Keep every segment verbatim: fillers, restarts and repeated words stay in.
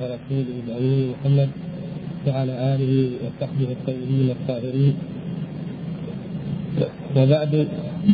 ورسوله الأمين محمد وعلى آله وصحبه الطيبين الطاهرين، وبعد.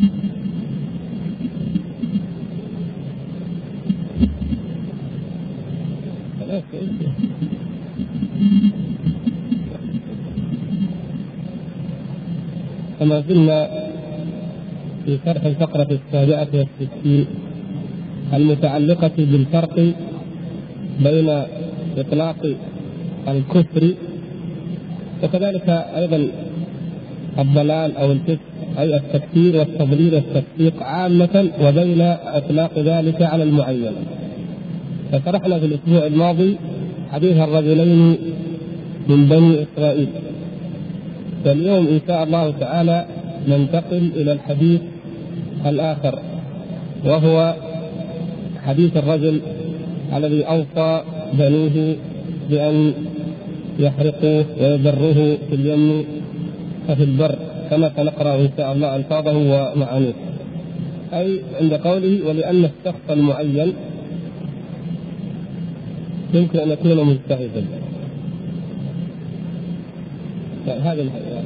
كما زلنا في شرح الفقرة السابعة والستين المتعلقة بالفرق بين إطلاق الكفر وكذلك أيضا الضلال أو الفسق أي التكفير والتضليل والتفسيق عامة، وبين إطلاق ذلك على المعين. فشرحنا في الأسبوع الماضي حديث الرجلين من بني إسرائيل، فاليوم إن شاء الله تعالى ننتقل إلى الحديث الآخر، وهو حديث الرجل الذي أوصى بنيه بأن يحرقوه ويذروه في اليم وفي البر، كما سنقرأ إن شاء الله ألفاظه ومعانيه. أي عند قوله ولأن الشخص المعين يمكن أن يكون مجتهدا. هذا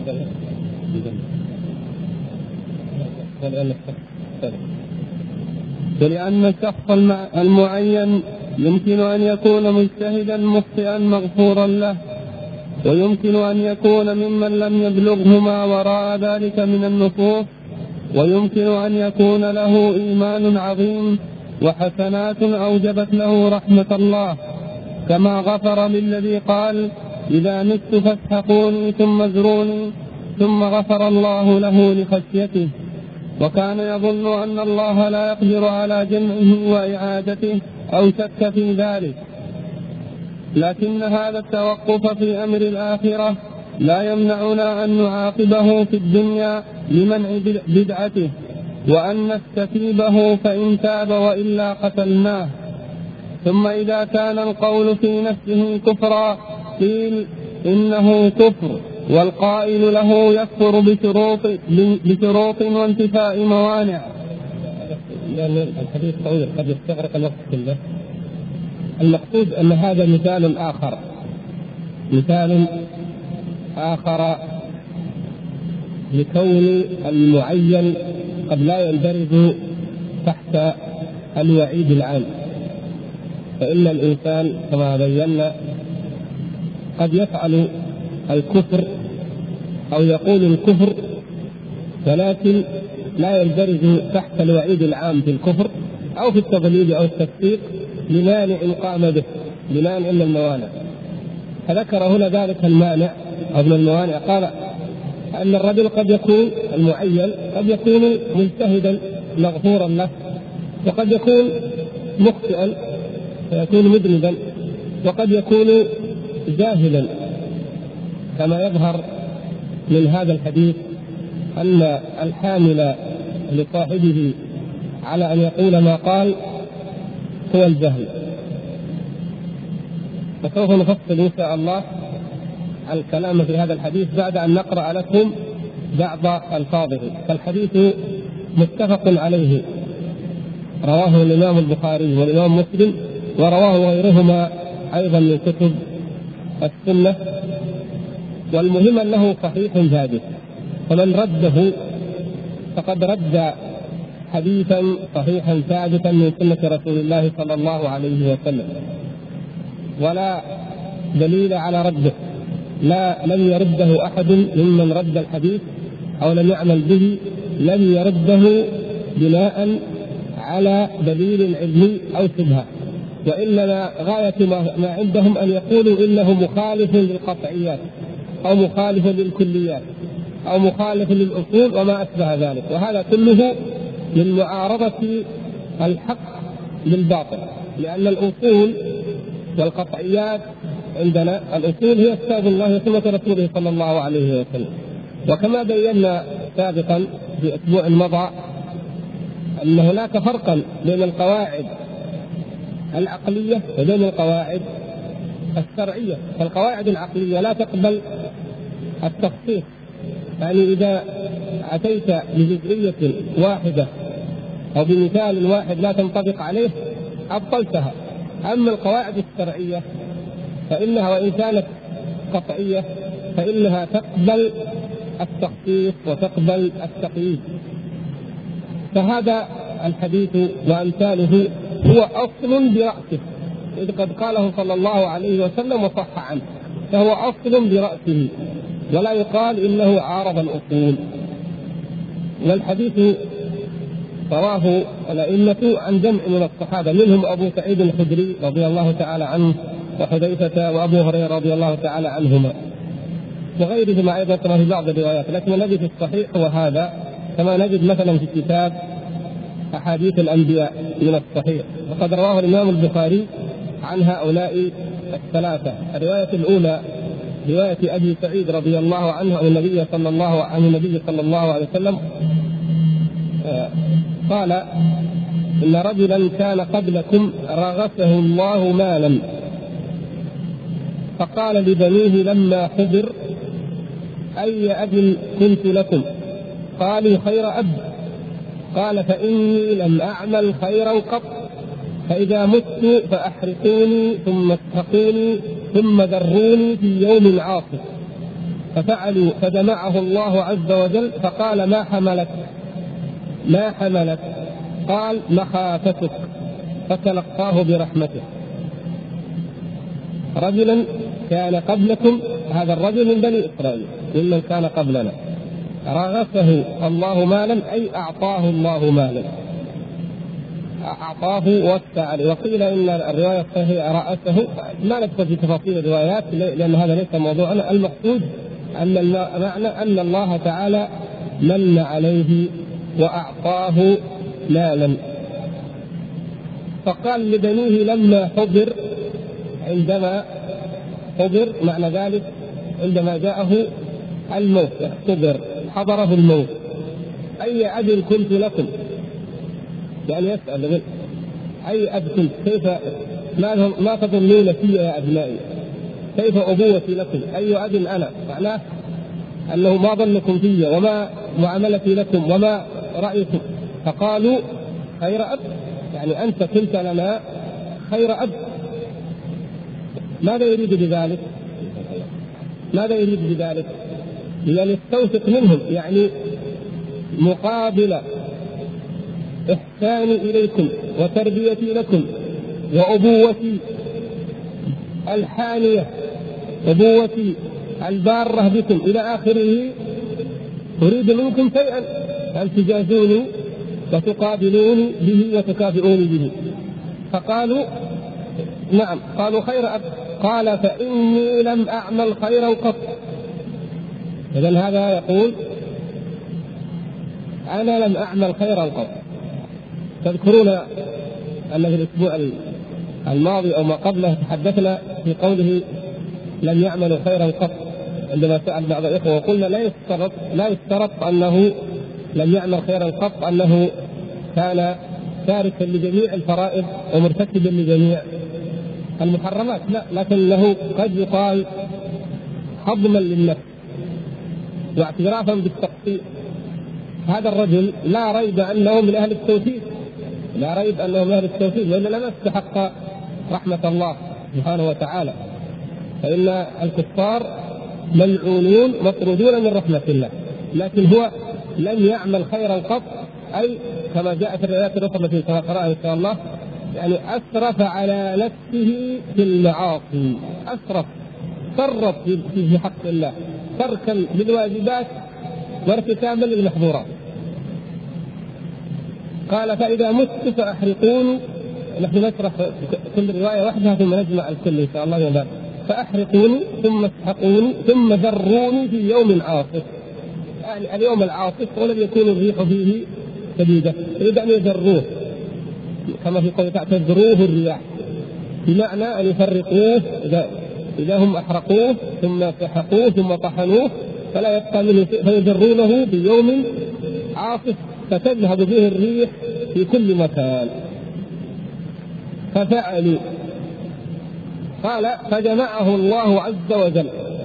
ولأن الشخص المعين يمكن أن يكون مجتهدا مخطئا مغفورا له، ويمكن أن يكون ممن لم يبلغه ما وراء ذلك من النصوص، ويمكن أن يكون له إيمان عظيم وحسنات أوجبت له رحمة الله، كما غفر للذي قال إذا مت فاسحقوني ثم ازروني، ثم غفر الله له لخشيته، وكان يظن أن الله لا يقدر على جمعه وإعادته أو شك في ذلك. لكن هذا التوقف في أمر الآخرة لا يمنعنا أن نعاقبه في الدنيا لمنع بدعته، وأن نستتيبه فإن تاب وإلا قتلناه. ثم إذا كان القول في نفسه كفرا قيل إنه كفر، والقائل له يكفر بشروط, بشروط وانتفاء موانع. لأن الحديث طويل قد يستغرق الوقت كله. المقصود أن هذا مثال آخر مثال آخر لكون المعين قد لا يندرج تحت الوعيد العام. فإن الإنسان كما بينا قد يفعل الكفر أو يقول الكفر، ولكن لا يندرج تحت الوعيد العام في الكفر أو في التضليل أو التفسيق لمانع قام به، لمانع إلا الموانع. فذكر هنا ذلك المانع أو من الموانع، قال أن الرجل قد يكون المعين قد يكون مجتهدا مغفورا له، وقد يكون مخطئا فيكون مذنبا، وقد يكون جاهلا، كما يظهر من هذا الحديث أن الحامل لصاحبه على أن يقول ما قال هو الجهل. وسوف نفصل إن شاء الله الكلام في هذا الحديث بعد أن نقرأ لكم بعض ألفاظه. فالحديث متفق عليه، رواه الإمام البخاري والإمام مسلم، ورواه غيرهما أيضا من كتب السنة، والمهم أنه صحيح ثابت، فمن رده فقد رد حديثا صحيحا ثابتا من سنة رسول الله صلى الله عليه وسلم، ولا دليل على رده. لا لم يرده أحد ممن رد الحديث أو لم يعمل به، لم يرده بناء على دليل علمي أو شبهة، وإنما غاية ما عندهم أن يقولوا إنه مخالف للقطعيات أو مخالف للكليات أو مخالف للأصول وما أشبه ذلك. وهذا كله من معارضة الحق للباطل، لأن الأصول والقطعيات عندنا، الأصول هي كتاب الله وسنة رسوله صلى الله عليه وسلم. وكما بينا سابقا في أسبوع مضى أن هناك فرقا بين القواعد العقلية وبين القواعد الشرعية. فالقواعد العقلية لا تقبل التخصيص، يعني إذا أتيت بجزئية واحدة أو بمثال واحد لا تنطبق عليه أبطلتها. أما القواعد الشرعية فإنها وإن كانت قطعية فإنها تقبل التخصيص وتقبل التقييد. فهذا الحديث وأمثاله هو أصل برأسه، إذ قد قاله صلى الله عليه وسلم وصح عنه، فهو أصل برأسه ولا يقال إنه عارض الأصول. والحديث رواه الأئمة عن جمع من الصحابة، منهم أبو سعيد الخدري رضي الله تعالى عنه وحذيفة وأبو هريرة رضي الله تعالى عنهما وغيرهما أيضا كما في بعض الروايات. لكن الذي في الصحيح هو هذا، كما نجد مثلا في كتاب أحاديث الأنبياء من الصحيح، وقد رواه الإمام البخاري عن هؤلاء الثلاثة. الرواية الأولى رواية أبي سعيد رضي الله عنه عن النبي صلى الله عن النبي صلى الله عليه وسلم قال: إن رجلا كان قبلكم رغفه الله مالا، فقال لبنيه لما حضر: أي أب كنت لكم؟ قالوا: خير أب. قال: فإني لم أعمل خيرا قط، فإذا مت فأحرقوني ثم اسحقوني ثم ذروني في يوم عاصف. ففعلوا، فجمعه الله عز وجل فقال: ما حملك ما حملك قال: مخافتك، فتلقاه برحمته. رجلا كان قبلكم، هذا الرجل من بني إسرائيل ممن كان قبلنا، رغفه الله مالا أي أعطاه الله مالا، أعطاه ووسع عليه. وقيل إن الرواية الصحيحة رأسه، ما ندخل في تفاصيل الروايات لأن هذا ليس موضوعنا. المقصود أن المعنى أن الله تعالى من عليه وأعطاه مالا. فقال لبنيه لما حضر، عندما حضر معنى ذلك عندما جاءه الموت، حضر حضره الموت: أي أب كنت لكم؟ يعني يسأل: أي أب كنت؟ كيف ما, ما تظنون في يا أبنائي؟ كيف أبوتي لكم؟ أي أب أنا؟ معناه أنه ما ظنكم في وما معاملتي لكم وما رأيكم. فقالوا: خير أب، يعني أنت كنت لنا خير أب. ماذا يريد بذلك؟ ماذا يريد بذلك؟ يعني يستوثق منهم، يعني مقابل إحساني إليكم وتربيتي لكم وأبوتي الحانية، أبوتي البارة بكم إلى آخره، أريد منكم شيئا أن تجازوني وتقابلوني به وتكافئوني به. فقالوا: نعم. قالوا: خير أب. قال: فإني لم أعمل خيرا قط. إذن هذا يقول: أنا لم أعمل خيرا قط. تذكرون أن في الأسبوع الماضي أو ما قبله تحدثنا في قوله لم يعملوا خيرا قط، عندما سأل بعض الإخوة وقلنا لا يشترط لا يشترط أنه لم يعمل خيرا قط أنه كان تاركا لجميع الفرائض ومرتكبا لجميع المحرمات، لا، لكنه قد يقال حظما للنفس واعترافا بالتقصير. هذا الرجل لا ريب أنه من أهل التوحيد، لا ريب أنه من أهل التوحيد، وإلا لم يستحق رحمة الله سبحانه وتعالى، فإن الكفار ملعونون مطرودون من رحمة الله. لكن هو لم يعمل خيرا قط، أي كما جاء في الروايات الأخرى التي سنقرأها إن شاء الله، يعني أسرف على نفسه في المعاصي، أسرف فرط في حق الله، تركا للواجبات وارتكابا للمحظورات. قال: فإذا مت فأحرقوني. نحن نشرح كل رواية وحدها ثم نجمع الكل إن شاء الله يوم. فأحرقوني ثم اسحقوني ثم ذروني في يوم عاصف. يعني اليوم العاصف ولم يكون الريح فيه شديدة، يريد أن يذروه كما في قول تعالى: تذروه الرياح، بمعنى أن يفرقوه إذا إذا هم أحرقوه ثم سحقوه ثم طحنوه فلا يبقى منه شيء، فيذرونه في يوم عاصف فتذهب به الريح في كل مكان. ففعلوا. قال: فجمعه الله عز وجل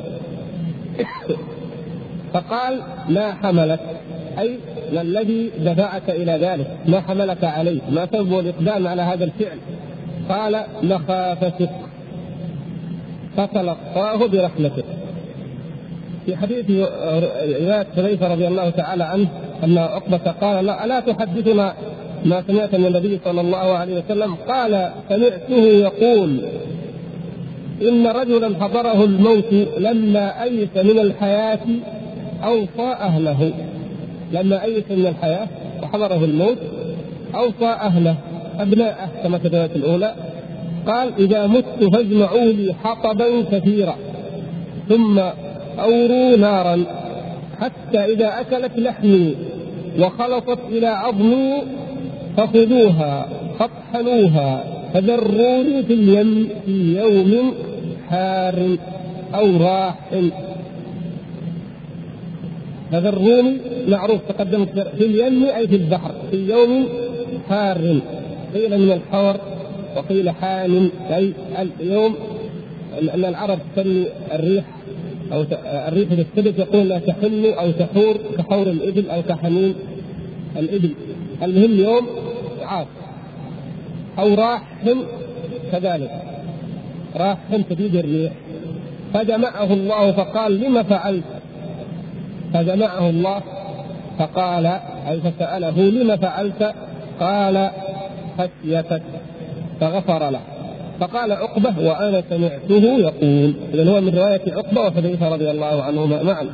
فقال: ما حملك، أي ما الذي دفعك إلى ذلك، ما حملك عليه، ما سبب الإقدام على هذا الفعل؟ قال: مخافتك. فتلقاه برحمته. في حديث رواية حذيفة رضي الله تعالى عنه أن عقبة قال: لا ألا تحدثنا ما سمعت من النبي صلى الله عليه وسلم؟ قال: سمعته يقول: إن رجلا حضره الموت لما أيس من الحياة أوصى أهله. لما أيس من الحياة وحضره الموت أوصى أهله أبناءه كما في الرواية الأولى. قال: إذا مت فاجمعوا لي حطبا كثيرا ثم أوروا نارا حتى إذا أكلت لحمي وخلطت إلى عظمي فخذوها فاطحنوها فذروني في اليم في يوم حار أو راح. فذروني معروف تقدم في اليم أي في البحر في يوم حار، قيل من الحور وقيل حان أي اليوم، لأن العرب تسمي الريح أو الريح للسبت يقول لا تحل أو تحور كحور الإبل أو كحنين الإبل. المهم يوم عاص. أو راحم كذلك، راحم شديد الريح. فجمعه الله فقال: لما فعلت؟ فجمعه الله فقال أي فسأله: لما فعلت؟ قال: خشيتك. فغفر له. فقال عقبة: وأنا سمعته يقول. إذن هو من رواية عقبة وحذيفة رضي الله عنهما معا.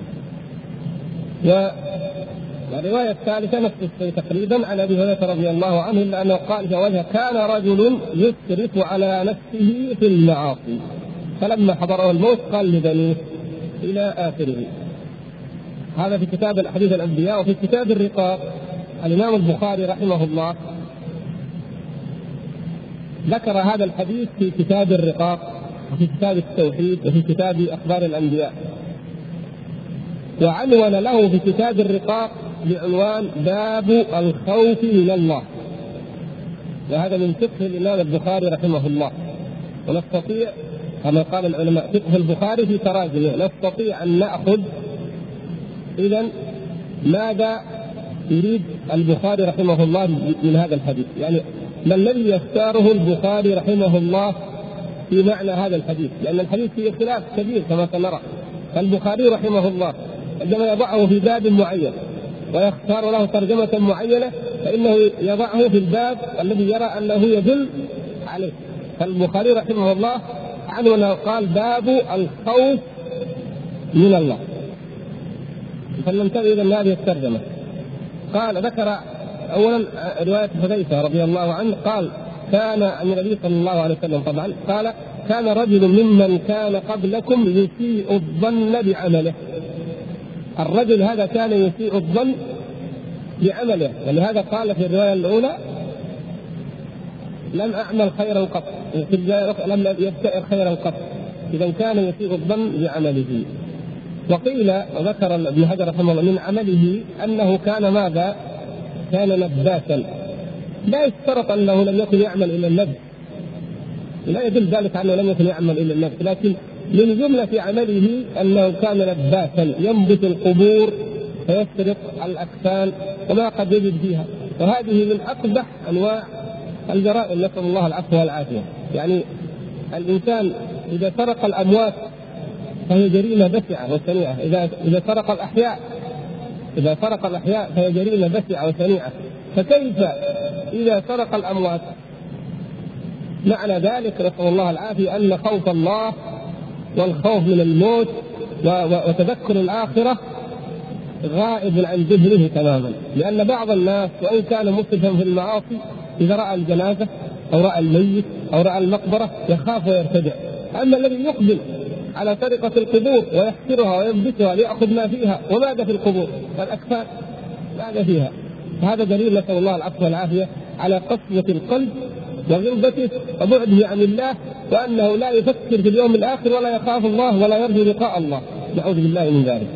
والرواية الثالثة نفس الشيء تقريبا عن أبي هريرة رضي الله عنه، إلا أنه قال في وجهه: كان رجل يسرف على نفسه في المعاصي فلما حضره الموت قال لبنيه إلى آخره. هذا في كتاب الأحاديث الأنبياء. وفي كتاب الرقاق الإمام البخاري رحمه الله ذكر هذا الحديث في كتاب الرقاق وفي كتاب التوحيد وفي كتاب أخبار الأنبياء، وعنون له في كتاب الرقاق بعنوان باب الخوف من الله. وهذا من فقه الإمام البخاري رحمه الله. ونستطيع كما قال العلماء فقه البخاري في تراجمه نستطيع أن نأخذ إذن ماذا يريد البخاري رحمه الله من هذا الحديث، يعني ما الذي يختاره البخاري رحمه الله في معنى هذا الحديث، لأن الحديث فيه خلاف كبير كما سنرى. فالبخاري رحمه الله عندما يضعه في باب معين ويختار له ترجمة معينة فإنه يضعه في الباب الذي يرى أنه يدل عليه. فالبخاري رحمه الله عنه قال: باب الخوف من الله. فلننتبه إلى هذه الترجمة. قال ذكر أولا رواية حذيفة رضي الله عنه قال: كان النبي صلى الله عليه وسلم طبعا قال: كان رجل ممن كان قبلكم يسيء الظن بعمله. الرجل هذا كان يسيء الظن بعمله، ولهذا قال في الرواية الأولى: لم أعمل خيرا قط، لم يفتئر خيرا قط. إذا كان يسيء الظن بعمله. وقيل وذكر ابن حجر رحمه الله من عمله أنه كان ماذا؟ كان نباسا. لا يشترط أنه لم يكن يعمل إلى النبس، لا يدل ذلك أنه لم يكن يعمل إلى النبس، لكن من جملة عمله أنه كان نباسا ينبت القبور فيسرق الأكفان وما قد يجد فيها. وهذه من أقبح أنواع الجرائم، نسأل الله العفو والعافية. يعني الإنسان إذا سرق الأموات فهي جريمة بشعة وشنيعة، إذا إذا سرق الأحياء إذا سرق الأحياء فهي جريمة بشعة وشنيعة، فكيف إذا سرق الأموات؟ معنى ذلك نسأل الله العافية أن خوف الله والخوف من الموت وتذكر الآخرة غائب عن ذهنه تماما. لأن بعض الناس وإن كان مسرفا في المعاصي إذا رأى الجنازة أو رأى الميت أو رأى المقبرة يخاف ويرتدع. أما الذي يقبل على سرقة القبور ويحفرها وينبتها ليأخذ ما فيها، وماذا في القبور؟ الأكفان ماذا فيها؟ هذا دليل نسأل الله العفو والعافية على قسوة القلب وغلبته وبعده عن الله، وأنه لا يفكر في اليوم الآخر ولا يخاف الله ولا يرجو لقاء الله، نعوذ بالله من ذلك.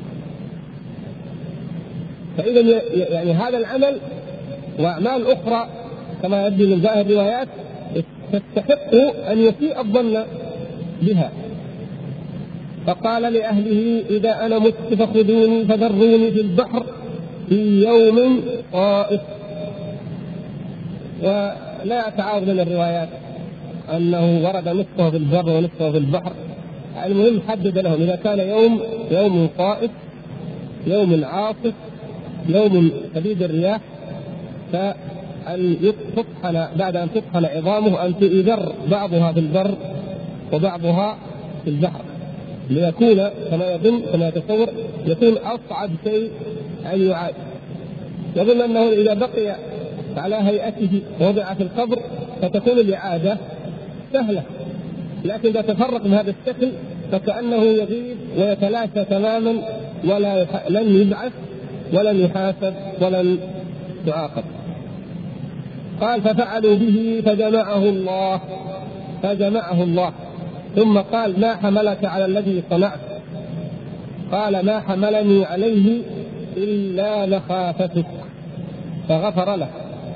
فإذا يعني هذا العمل وأعمال أخرى كما يبدو من ظاهر الروايات تستحق أن يسيء الظن بها. فقال لأهله: إذا أنا مت فخذوني فذروني في البحر في يوم طائف. ولا يتعارض من الروايات أنه ورد نصفه في البر ونصفه في البحر. المهم حدد لهم إذا كان يوم يوم صائف، يوم عاصف، يوم شديد الرياح، فأن تطحن بعد أن تطحن عظامه أن يذر بعضها في البر وبعضها في البحر، ليكون كما يظن كما يتصور يكون أصعب شيء أن يعاد. يظن أنه إذا بقي على هيئته ووضع في القبر فتكون الإعادة سهلة، لكن إذا تفرق بهذا الشكل فكأنه يغيب ويتلاشى تماما ولا يح... لن يبعث ولن يحاسب ولن يعاقب. قال ففعلوا به فجمعه الله فجمعه الله ثم قال ما حملك على الذي صنعت؟ قال ما حملني عليه إلا مخافتك، فغفر له.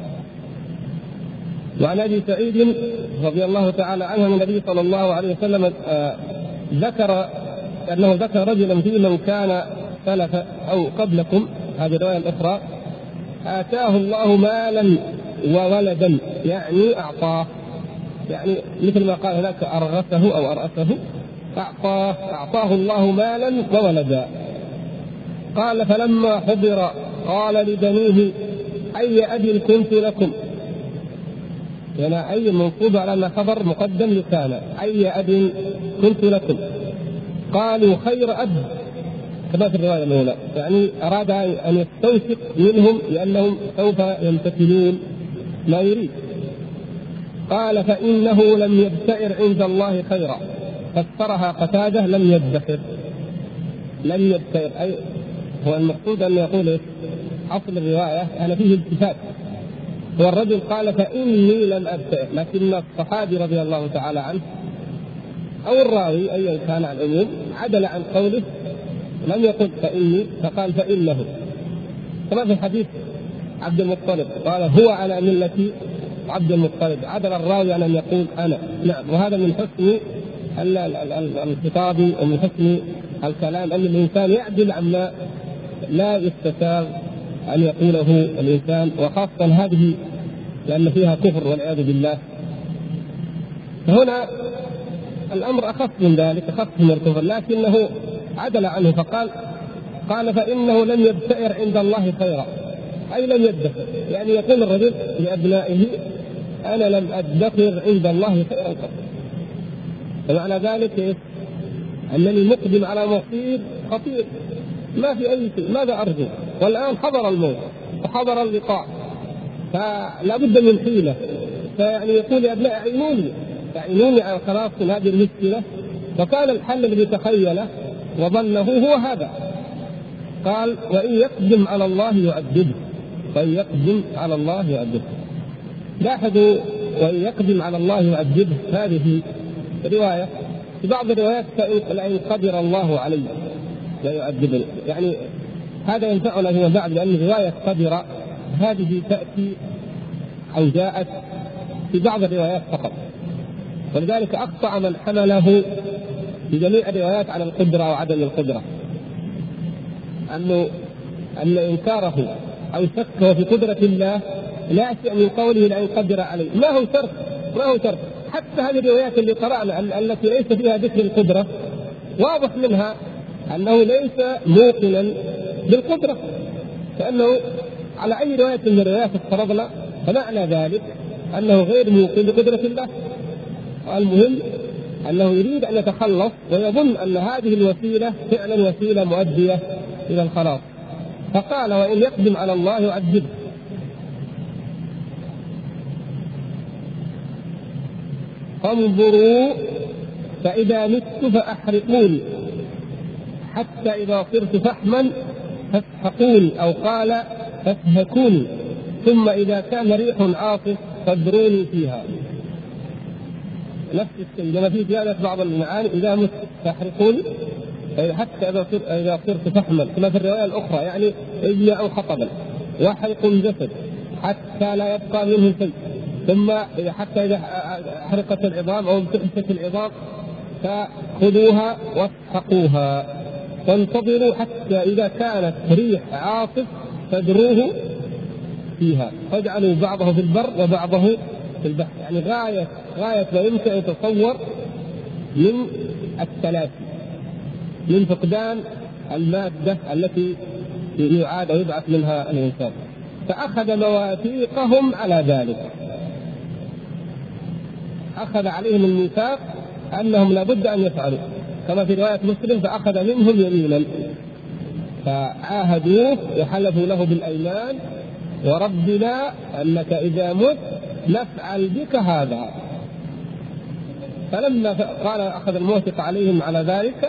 وعن أبي سعيد رضي الله تعالى عنه النبي صلى الله عليه وسلم آه ذكر أنه ذكر رجلا في من كان سلف أو قبلكم، هذه الرواية الأخرى، آتاه الله مالا وولدا، يعني أعطاه، يعني مثل ما قال هناك أرغسه أو أرأسه، أعطاه أعطاه الله مالا وولدا. قال فلما حضر قال لبنيه أي أب كنت لكم؟ يعني أي منصوب على ما خبر مقدم لكان، أي أب كنت لكم؟ قالوا خير أب، كما في الرواية الأولى، يعني أراد أن يستوثق منهم لأنهم سوف يمتثلون ما يريد. قال فإنه لم يبتئر عند الله خيرا، فسرها قتادة لم يدخر، لم يبتئر، أي هو المقصود أن يقول أصل الرواية أنا فيه التفات، هو الرجل قال فإني لم أبتئر، لكن الصحابي رضي الله تعالى عنه أو الراوي أيا كان عن العموم عدل عن قوله، لم يقل فإني فقال فإنه، كما في حديث عبد المطلب قال هو على ملة عبد المطلب، عدل الراوي عن أن يقول أنا. نعم، وهذا من حسن الخطاب ومن حسن الكلام أن الإنسان يعدل عما لا يستساغ أن يقوله الإنسان، وخاصة هذه لأن فيها كفر والعياذ بالله. هنا الأمر أخف من ذلك، أخف من الكفر، لكنه عدل عنه فقال قال فإنه لم يبتئر عند الله خيرا، أي لم يدخر، يعني يقول الرجل لأبنائه أنا لم أدخر عند الله خيرا قط. فمعنى ذلك أنني مقدم على مصير خطير ما في أي شيء، ماذا أرجو؟ والآن حضر الموت وحضر اللقاء، فلا بد من حيلة، فيعني يقول يا أبناء أعينوني أعينوني على الخلاص من هذه المشكلة. وكان الحل الذي تخيله وظنه هو هذا، قال وإن يقدم على الله يعذبه، وإن يقدم على الله يعذبه. لاحظوا وإن يقدم على الله يعذبه، هذه رواية، في بعض الروايات لئن قدر الله عليه لا يعذبه، يعني هذا ينفعنا فيما بعد، لأن رواية قدر هذه تأتي أو جاءت في بعض الروايات فقط، ولذلك أخطأ من حمله في جميع الروايات على القدرة وعدم القدرة، أنه أن إنكاره أو شكه في قدرة الله لا شيء من قوله لأن قدر عليه، ما هو شرط ما هو شرط. حتى هذه الروايات اللي قرأنا التي ليس فيها ذكر القدرة واضح منها أنه ليس موقنا بالقدرة، فأنه على أي رواية من الروايات افترضنا فمعنى ذلك أنه غير موقن بقدرة الله. المهم أنه يريد أن يتخلص ويظن أن هذه الوسيلة فعلا وسيلة مؤدية إلى الخلاص، فقال وإن يقدم على الله يعذبه. فانظروا فإذا مت فأحرقوني حتى إذا صرت فحما فاسحقوني، أو قال فاسهكوني، ثم إذا كان ريح عاصف فادروني فيها. نفس الشيء لما في زيادة بعض المعاني إذا مت فأحرقوني حتى إذا صرت إذا صرت فحما، كما في الرواية الأخرى يعني إجل أو حطبا، وحرق الجسد حتى لا يبقى منه شيء، ثم حتى إذا حرقت العظام أو انتفخت العظام فخذوها واسحقوها، وانتظروا حتى إذا كانت ريح عاصف فادروه فيها، فاجعلوا بعضه في البر وبعضه في البحر. يعني غاية غاية ما يمكن أن يتصور من التلافي، من فقدان المادة التي يعاد أو يبعث منها الإنسان، فأخذ مواثيقهم على ذلك، أخذ عليهم الميثاق أنهم لابد أن يفعلوا، كما في رواية مسلم فأخذ منهم يمينا فعاهدوه وحلفوا له بالأيمان وربنا أنك إذا مت نفعل بك هذا. فلما قال أخذ الموثق عليهم على ذلك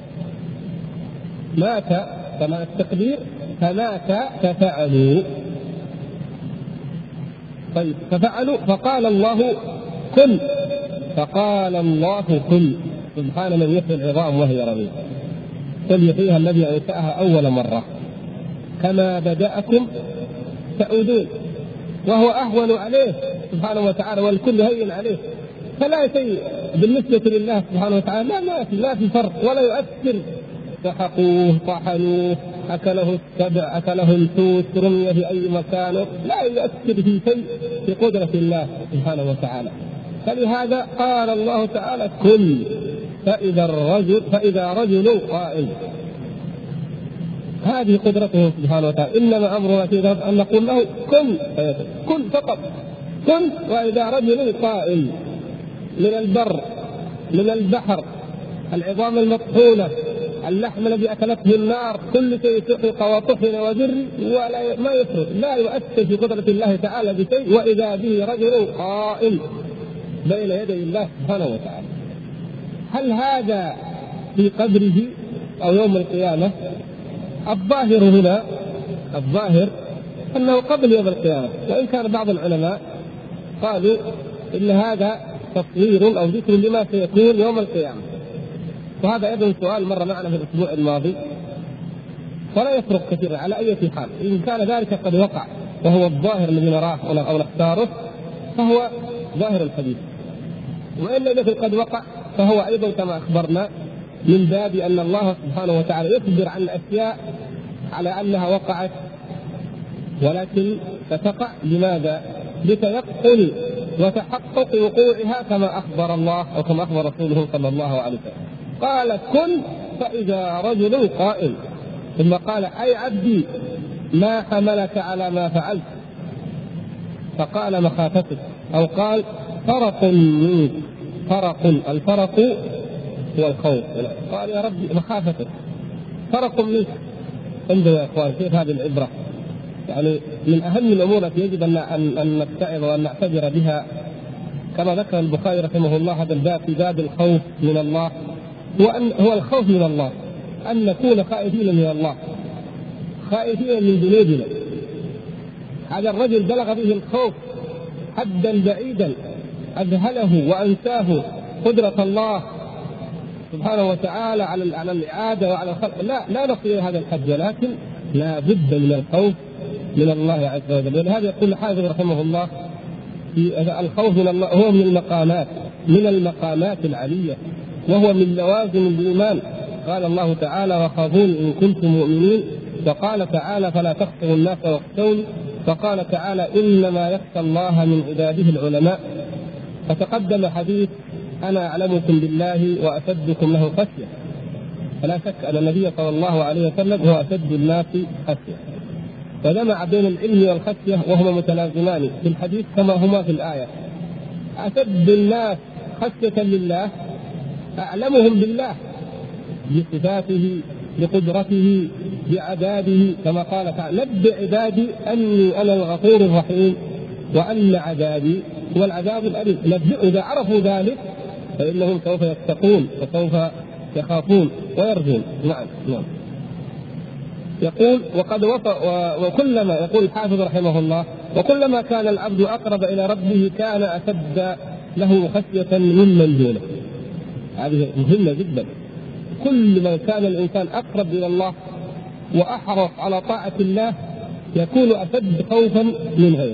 مات، كما التقدير فمات ففعلوا. طيب ففعلوا فقال الله كن، فقال الله كن، سبحان من يحيي العظام وهي رميم، قل يحييها الذي أنشأها أول مرة كما بدأكم تعودون، وهو أهون عليه سبحانه وتعالى والكل هين عليه، فلا شيء بالنسبة لله سبحانه وتعالى، لا ما في لا في فرق ولا يؤثر. سحقوه طحنوه أكله السبع أكله الحوت رمي في أي مكان، لا يؤثر في شيء في قدرة الله سبحانه وتعالى. فلهذا قال الله تعالى كن، فإذا الرجل فإذا رجل قائل، هذه قدرته سبحانه وتعالى. إنما أمرنا في ذلك أن نقول له كن كن فقط، كن. وإذا رجل قائل من البر من البحر، العظام المطحونة، اللحم الذي أكلته النار، كل شيء سحق وطحن وذر ولا ما يفرق، لا يؤثر في قدرة الله تعالى بشيء. وإذا به رجل قائم بين يدي الله سبحانه وتعالى. هل هذا في قبره أو يوم القيامة؟ الظاهر هنا الظاهر أنه قبل يوم القيامة، وإن كان بعض العلماء قالوا إن هذا تصوير أو ذكر لما سيكون يوم القيامة. وهذا أيضا سؤال مر معنا في الأسبوع الماضي، ولا يفرق كثيرا على أي حال. إن كان ذلك قد وقع وهو الظاهر الذي نراه أو نختاره فهو ظاهر الحديث، وإن لم يكن قد وقع فهو أيضا كما أخبرنا من باب أن الله سبحانه وتعالى يخبر عن أشياء على أنها وقعت ولكن ستقع. لماذا؟ لتيقن وتحقق وقوعها كما أخبر الله أو كما أخبر رسوله صلى الله عليه وسلم. قال كن فإذا رجل قائم، ثم قال أي عبدي ما حملك على ما فعلت؟ فقال مخافتك، أو قال فرق منك. فرق، الفرق هو الخوف. قال يا ربي مخافتك، فرق منك. انظروا يا اخوان كيف هذه العبره، يعني من اهم الامور التي يجب ان ان نتعظ وان نعتبر بها. كما ذكر البخاري رحمه الله هذا الباب في باب الخوف من الله، هو ان هو الخوف من الله، ان نكون خائفين من الله، خائفين من ذنوبنا. هذا الرجل بلغ به الخوف حدا بعيدا، أذهله وأنساه قدرة الله سبحانه وتعالى على على الإعادة وعلى الخلق. لا لا نصل إلى هذا الحد، ولكن لا بد من الخوف من الله عز وجل. ولهذا يقول الحافظ رحمه الله في الخوف من الله هو من المقامات من المقامات العلية، وهو من لوازم الإيمان. قال الله تعالى وخافون إن كنتم مؤمنين، وقال تعالى فلا تخشوا الناس واخشوني، وقال تعالى إنما يخشى الله من عباده العلماء. فتقدم حديث أنا أعلمكم بالله وأشدكم له خشية، فلا شك أن النبي صلى الله عليه وسلم هو أشد الناس خشية، فجمع بين العلم والخشية وهما متلازمان في الحديث كما هما في الآية. أشد الناس خشية لله أعلمهم بالله بصفاته بقدرته بعذابه، كما قال تعالى نبئ عبادي أني أنا الغفور الرحيم وأن عذابي هو العذاب الأليم. نبئ إذا عرفوا ذلك فإنهم سوف يتقون وسوف يخافون ويرجون. نعم نعم. يقول وقد وصل وكلما يقول الحافظ رحمه الله وكلما كان العبد أقرب إلى ربه كان أشد له خشية ممن دونه. هذه مهمة جدا. كل ما كان الإنسان أقرب إلى الله وأحرص على طاعة الله يكون أشد خوفا من غيره.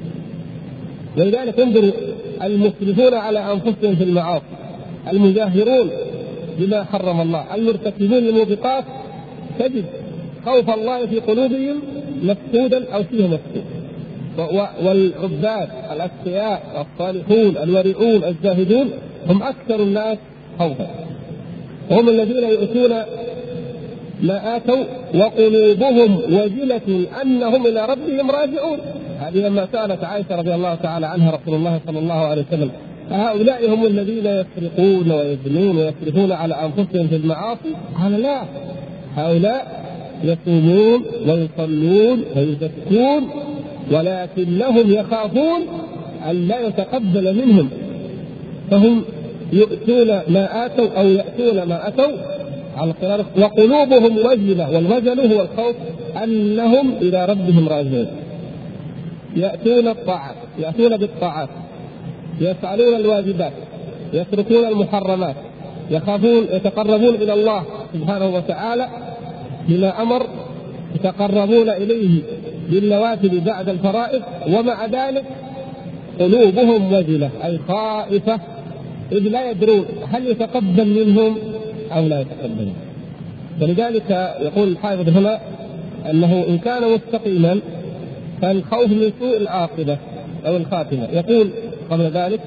ولذلك انظروا المسرفون على أنفسهم في المعاصي، المجاهرون بما حرم الله، المرتكبون للموبقات، تجد خوف الله في قلوبهم مفقودا أو فيه مفقود. والعباد الأتقياء الصالحون الورعون الزاهدون هم أكثر الناس خوفا، هم الذين يؤتون ما آتوا وقلوبهم وجلة أنهم إلى ربهم راجعون. هذه لما سألت عائشة رضي الله تعالى عنها رسول الله صلى الله عليه وسلم: هؤلاء هم الذين يسرقون ويزنون ويسرفون على أنفسهم في المعاصي؟ قال: لا، هؤلاء يصومون ويصلون ويزكون ولكنهم يخافون أن لا يتقبل منهم، فهم يؤتون ما آتوا أو يأتون ما أتوا على القرار وقلوبهم وجلة، والوجل هو الخوف أنهم إلى ربهم راجعون. يأتون الطاعات، يأتون بالطاعات، يفعلون الواجبات، يتركون المحرمات، يخافون يتقربون إلى الله سبحانه وتعالى بما أمر، يتقربون إليه بالنوافل بعد الفرائض، ومع ذلك قلوبهم وجلة أي خائفة، إذ لا يدرون هل يتقبل منهم أو لا يتقبل. ولذلك يقول الحافظ هنا أنه إن كان مستقيما فالخوف من سوء العاقبة أو الخاتمة. يقول قبل ذلك: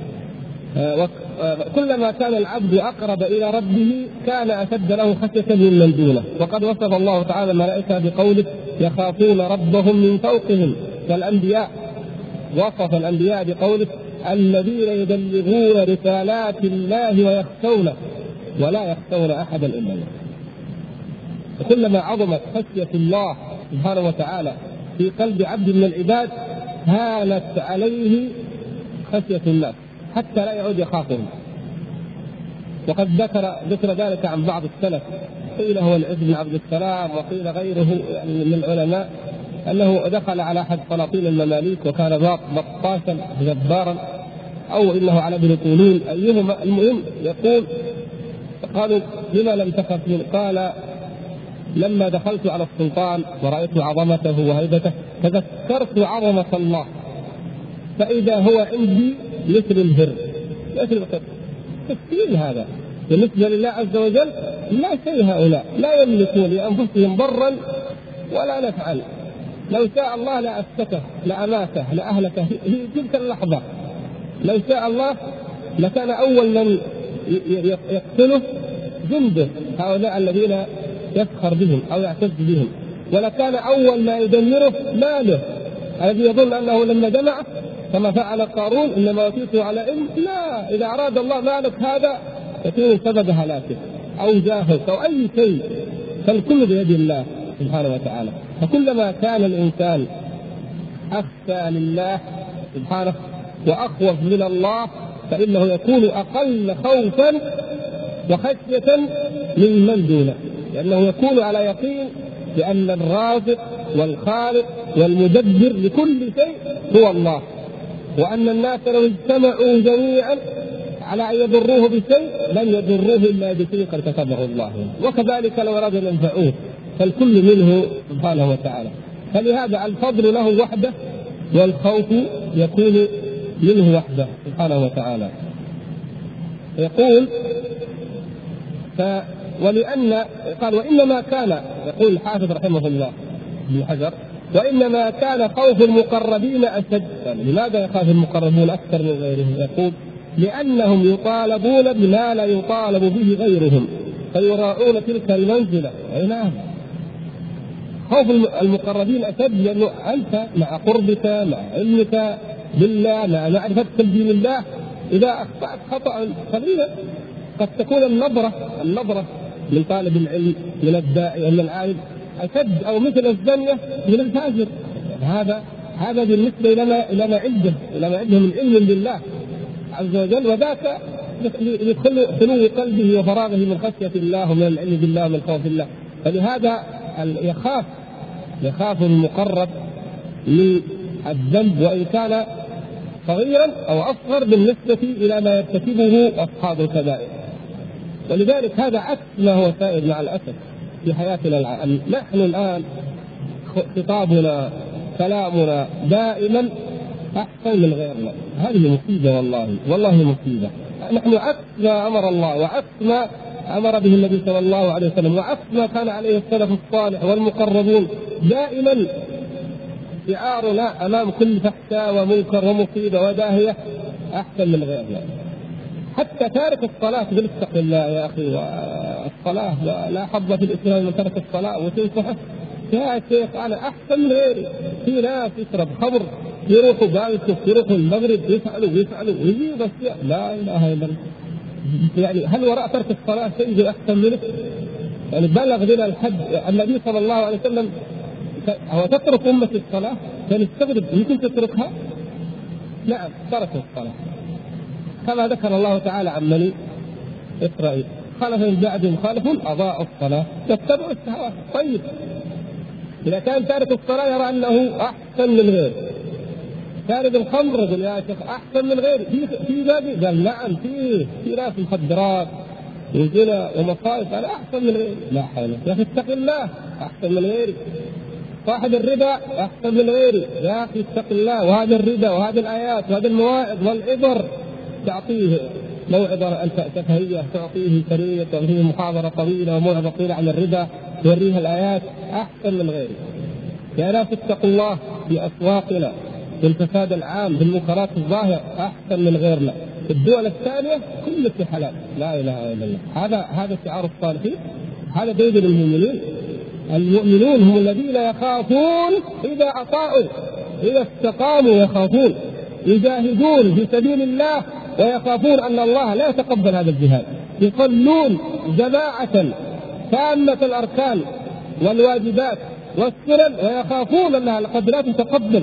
كلما كان العبد أقرب إلى ربه كان أشد له خشية ممن دونه. وقد وصف الله تعالى الملائكة بقوله: يخافون ربهم من فوقهم. كالأنبياء وصف الأنبياء بقوله: الذين يبلغون رسالات الله ويخشونه ولا يخشون أحدا إلا الله. وكلما عظمت خشية الله سبحانه وتعالى في قلب عبد من العباد هانت عليه خشية الناس حتى لا يعود يخافهم. وقد ذكر ذكر ذلك عن بعض السلف، قيل هو العز بن عبد السلام وقيل غيره يعني من العلماء، أنه دخل على أحد سلاطين المماليك وكان بطاشا جبارا، أو إنه على ابن طولون أيهما، المهم يقول: قالوا: لما لم تخف منه؟ قال: لما دخلت على السلطان ورأيت عظمته وهيبته تذكرت عظمة الله، فإذا هو عندي مثل الهر، مثل القط. تفصيل هذا بالنسبة لله عز وجل لا شيء، هؤلاء لا يملكون لأنفسهم ضرا ولا نفعا، لو شاء الله لأسكته لأماته لأهلكه في تلك اللحظة، لو شاء الله لكان أول من يقتله جنده هؤلاء الذين يفخر بهم أو يعتز بهم، ولكان أول ما يدمره ماله الذي يظن أنه لما جمع كما فعل قارون إنما أوتيته على علم. لا، إذا أراد الله مالك هذا يكون سبب هلاكه أو جاهك أو أي شيء، فالكل بيد الله سبحانه وتعالى. فكلما كان الإنسان أخشى لله سبحانه وأخوف من الله فإنه يكون أقل خوفا وخشية من من دونه، لأنه يكون على يقين بأن الرازق والخالق والمدبر لكل شيء هو الله، وأن الناس لو اجتمعوا جميعا على أن يضروه بشيء لن يضروه إلا بشيء قد كتبه الله، وكذلك لو أرادوا أن ينفعوه، فالكل منه سبحانه وتعالى. فلهذا الفضل له وحده والخوف يكون منه وحده سبحانه وتعالى. يقول ف ولأن قال: وإنما كان، يقول الحافظ رحمه الله ابن حجر: وإنما كان خوف المقربين أشد. يعني لماذا يخاف المقربون أكثر من غيرهم؟ يقول: لأنهم يطالبون بما لا يطالب به غيرهم فيراعون تلك المنزلة. أي نعم، خوف المقربين أشد، لأنه أنت مع قربك مع علمك بالله مع معرفتك بدين الله إذا أخطأت خطأ صغيرا قد تكون النظرة النظرة من طالب العلم من الداعي ومن العالم أشد أو مثل الزانية من الفاجر. هذا هذا بالنسبة إلى ما إلى ما عنده إلى ما عنده من علم بالله عز وجل، وذاك يدخل خلو قلبه وفراغه من خشية الله ومن العلم بالله ومن خوف الله. فلهذا يخاف يخاف المقرب من الذنب وإن كان صغيرا أو أصغر بالنسبة إلى ما يرتكبه أصحاب الكبائر. ولذلك هذا عكس ما هو سائد مع الأسف في حياتنا الآن. نحن الآن خطابنا كلامنا دائما أحسن من غيرنا، هذه مصيبة والله والله مصيبة. نحن عكس ما أمر الله وعكس ما أمر به النبي صلى الله عليه وسلم وعكس ما كان عليه السلف الصالح والمقربون. دائما شعارنا أمام كل فحشاء ومنكر ومصيبة وداهية أحسن من غيرنا. حتى تارك الصلاة تقول اتق الله يا أخي، والصلاة لا حظ في الإسلام من ترك الصلاة وتنصحه يا شيخ أنا أحسن من غيري. في ناس يشرب خمر يروحوا بالكف يروحوا المغرب يفعلوا ويفعلوا ويجيبوا أشياء لا إله إلا الله. يعني هل وراء ترك الصلاة شيء أحسن منه؟ يعني بلغ بنا الحد. النبي صلى الله عليه وسلم هو تترك أمة الصلاة كان يستغرب يمكن تتركها؟ نعم ترك الصلاة كما ذكر الله تعالى عن بني إسرائيل خلف من بعدهم خلف أضاعوا الصلاة يتبعوا الشهوات. طيب إذا كان تارك الصلاة يرى أنه أحسن من غيره، شارب الخمر يقول يا شيخ أحسن من غيره، في في باقي قال نعم في في ناس مخدرات وزنا ومصائب أنا أحسن من غيري. لا حول يا أخي اتق الله أحسن من غيري. صاحب الربا أحسن من غيري يا أخي اتق الله. وهذا الربا وهذه الآيات وهذه المواعظ والعبر تعطيه موعظة شفهية، تعطيه سرية، تعطيه محاضرة طويلة وموعظة طويلة عن الربا توريها الآيات أحسن من غيره. يا ناس اتقوا الله في أسواقنا في الفساد العام في المنكرات الظاهرة أحسن من غيرنا. في الدول الثانية كل في حلال لا إله إلا الله. هذا هذا شعار الصالحين، هذا دليل المؤمنين. المؤمنون هم الذين يخافون إذا أطاعوا، إذا استقاموا يخافون، يجاهدون في سبيل الله ويخافون أن الله لا يتقبل هذا الجهاد، يصلون جماعة تامة الأركان والواجبات والسنن ويخافون أنها قد لا تتقبل،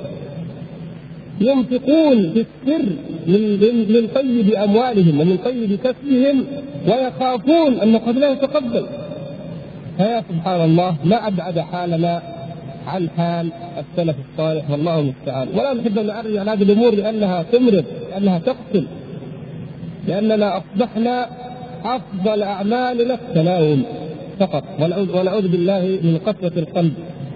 ينفقون في السر من من طيب أموالهم ومن طيب كسبهم ويخافون أنه قد لا يتقبل. فيا سبحان الله ما أبعد حالنا عن حال السلف الصالح والله المستعان. ولا نحب أن نعرج عن هذه الأمور لأنها تمرض، لأنها تقتل، لأننا أصبحنا أفضل أعمالنا التناول فقط، ونعوذ بالله من قسوة القلب.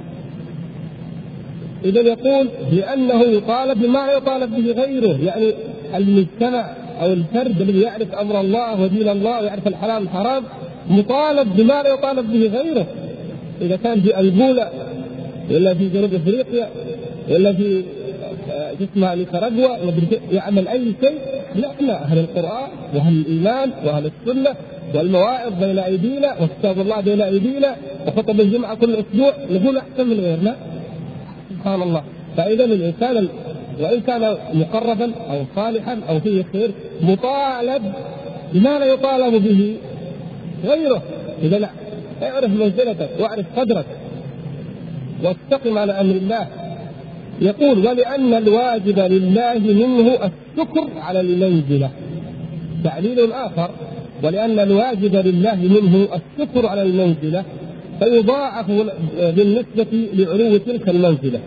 إذا يقول لأنه يطالب بما يطالب به غيره، يعني المجتمع أو الفرد الذي يعرف أمر الله ودين الله ويعرف الحلال والحرام مطالب بما لا يطالب به غيره. إذا كان في أنجولا ولا في جنوب أفريقيا ولا في جسمها نيكاراغوا يعمل أي شيء، نحن أهل القرآن وأهل الإيمان وأهل السنة والمواعظ بين أيدينا وكتاب الله بين أيدينا وخطب الجمعة كل أسبوع نقول أحسن من غيرنا. سبحان الله. فإذا الإنسان وإن كان مقربا أو صالحا أو فيه خير مطالب بما لا يطالب به غيره. إذا لا اعرف منزلتك واعرف قدرك واستقم على أمر الله. يقول ولأن الواجب لله منه الشكر على المنزلة. تعليل آخر ولأن الواجب لله منه الشكر على المنزلة فيضاعف بالنسبة لعلو تلك المنزلة.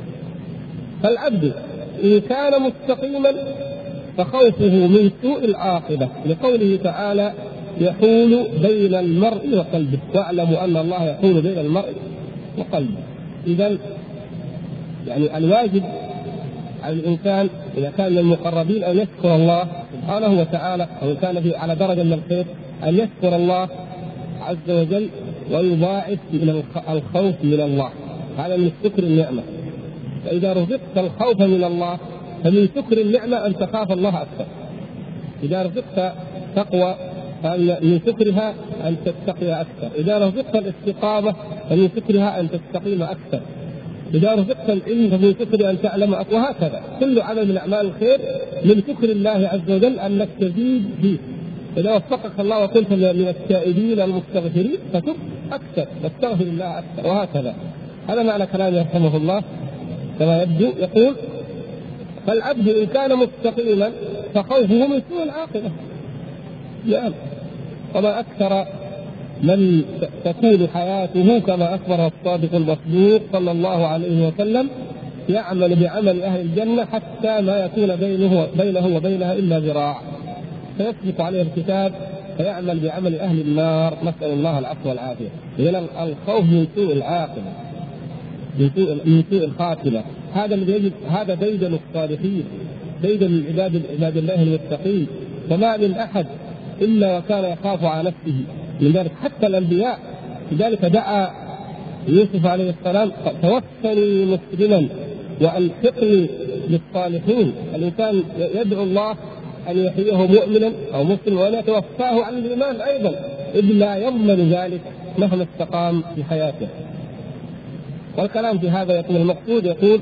فالعبد إن كان مستقيما فخوفه من سوء العاقبة، لقوله تعالى يحول بين المرء وقلبه واعلموا أن الله يحول بين المرء وقلبه. إذن يعني الواجب على الإنسان إذا كان من المقربين أن يشكر الله سبحانه وتعالى، أو إن كان في على درجة من الخير أن يشكر الله عز وجل ويضاعف من الخوف من الله. هذا من شكر النعمة. فإذا رزقت الخوف من الله فمن شكر النعمة أن تخاف الله أكثر. إذا رزقت تقوى فمن شكرها أن تتقي أكثر. إذا رزقت الاستقامة فمن شكرها أن تستقيم أكثر. إذا رزقت العلم فمن شكر أن تعلم أكثر. وهكذا كل عمل من أعمال الخير من شكر الله عز وجل أنك تزيد فيه. إذا وفقك الله وكنت من التائبين المستغفرين فتب أكثر واستغفر الله أكثر. وهكذا هذا معنى كلامه رحمه الله كما يبدو. يقول فالعبد إن كان مستقيما فخوفه من سوء العاقبة. يعني وما أكثر من تكون حياته كما أخبر الصادق المصدوق صلى الله عليه وسلم يعمل بعمل أهل الجنة حتى ما يكون بينه بينه وبينها إلا ذراع فيسبق عليه الكتاب فيعمل بعمل أهل النار. نسأل الله العفو والعافية. إذن الخوف من سوء العاقبة من سوء, من سوء الخاتمة هذا الذي يجب، هذا ديدن الصالحين، ديدن عباد عباد الله المتقين. وما من أحد إلا وكان يخاف على نفسه. لذلك حتى الأنبياء لذلك دعا يوسف عليه السلام توفني مسلما وألحقني بالصالحين. الإنسان يدعو الله أن يحييه مؤمنا أو مسلم وأن يتوفاه عن الإيمان أيضا، إذ لا يضمن ذلك مهما استقام في حياته. والكلام في هذا يقول المقصود يقول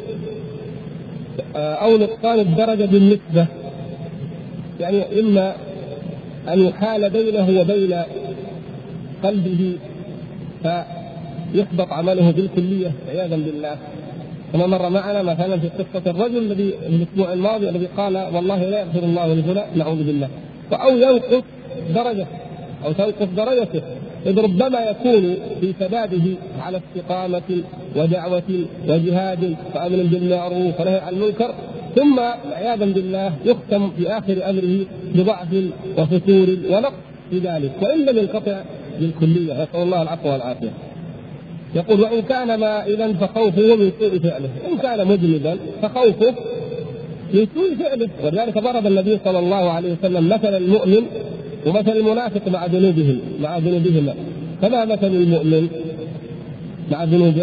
أو نقصان الدرجة بالنسبة، يعني إما أن يحال بينه وبين قلبه فيحبط عمله بالكلية عياذا بالله، كما مر معنا مثلا في قصة الرجل الذي الأسبوع الماضي الذي قال والله لا يغفر الله لفلان، نعوذ بالله، أو ينقص درجة أو تنقص درجته، إذ ربما يكون في سداده على استقامة ودعوة وجهاد وأمر بالمعروف ونهي عن المنكر، ثم عياذا بالله يختم في آخر أمره بضعف وفتور ونقص في ذلك، وإن لم ينقطع بالكلية، نسأل الله العفو والعافية. يقول وإن كان مائلا فخوفه من سوء فعله، إن كان مذنبا فخوفه من سوء فعله. ولذلك ضرب النبي صلى الله عليه وسلم مثل المؤمن ومثل المنافق مع ذنوبهم مع ذنوبهما. فما مثل المؤمن مع ذنوبه؟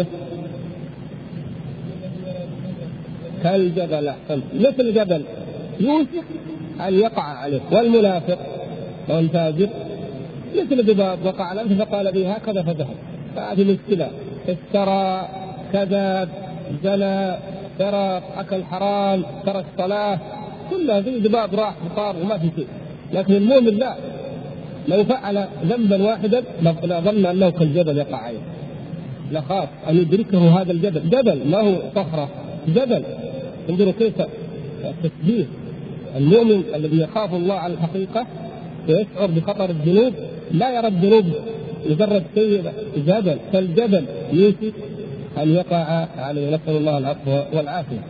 كالجبل، أحسن، مثل جبل يوشك أن يقع عليه. والمنافق والفاجر مثل ذباب وقع على أنفه فقال به هكذا فذهب. فهذه مشكلة، اشترى كذب زنى سرق أكل حرام ترك الصلاة، كل هذه ذباب راح وطار وما في شيء. لكن المؤمن لا، لو فعل ذنبا واحدا لظن أنه كالجبل يقع عليه، لخاف أن يدركه هذا الجبل. جبل ما هو صخرة، جبل. انظروا كيف التشبيه. المؤمن الذي يخاف الله على الحقيقة ويشعر بخطر الذنوب لا يرى الذنوب مجرد شيء، جبل كالجبل يوشك أن يقع عليه، نسأل الله العفو والعافية.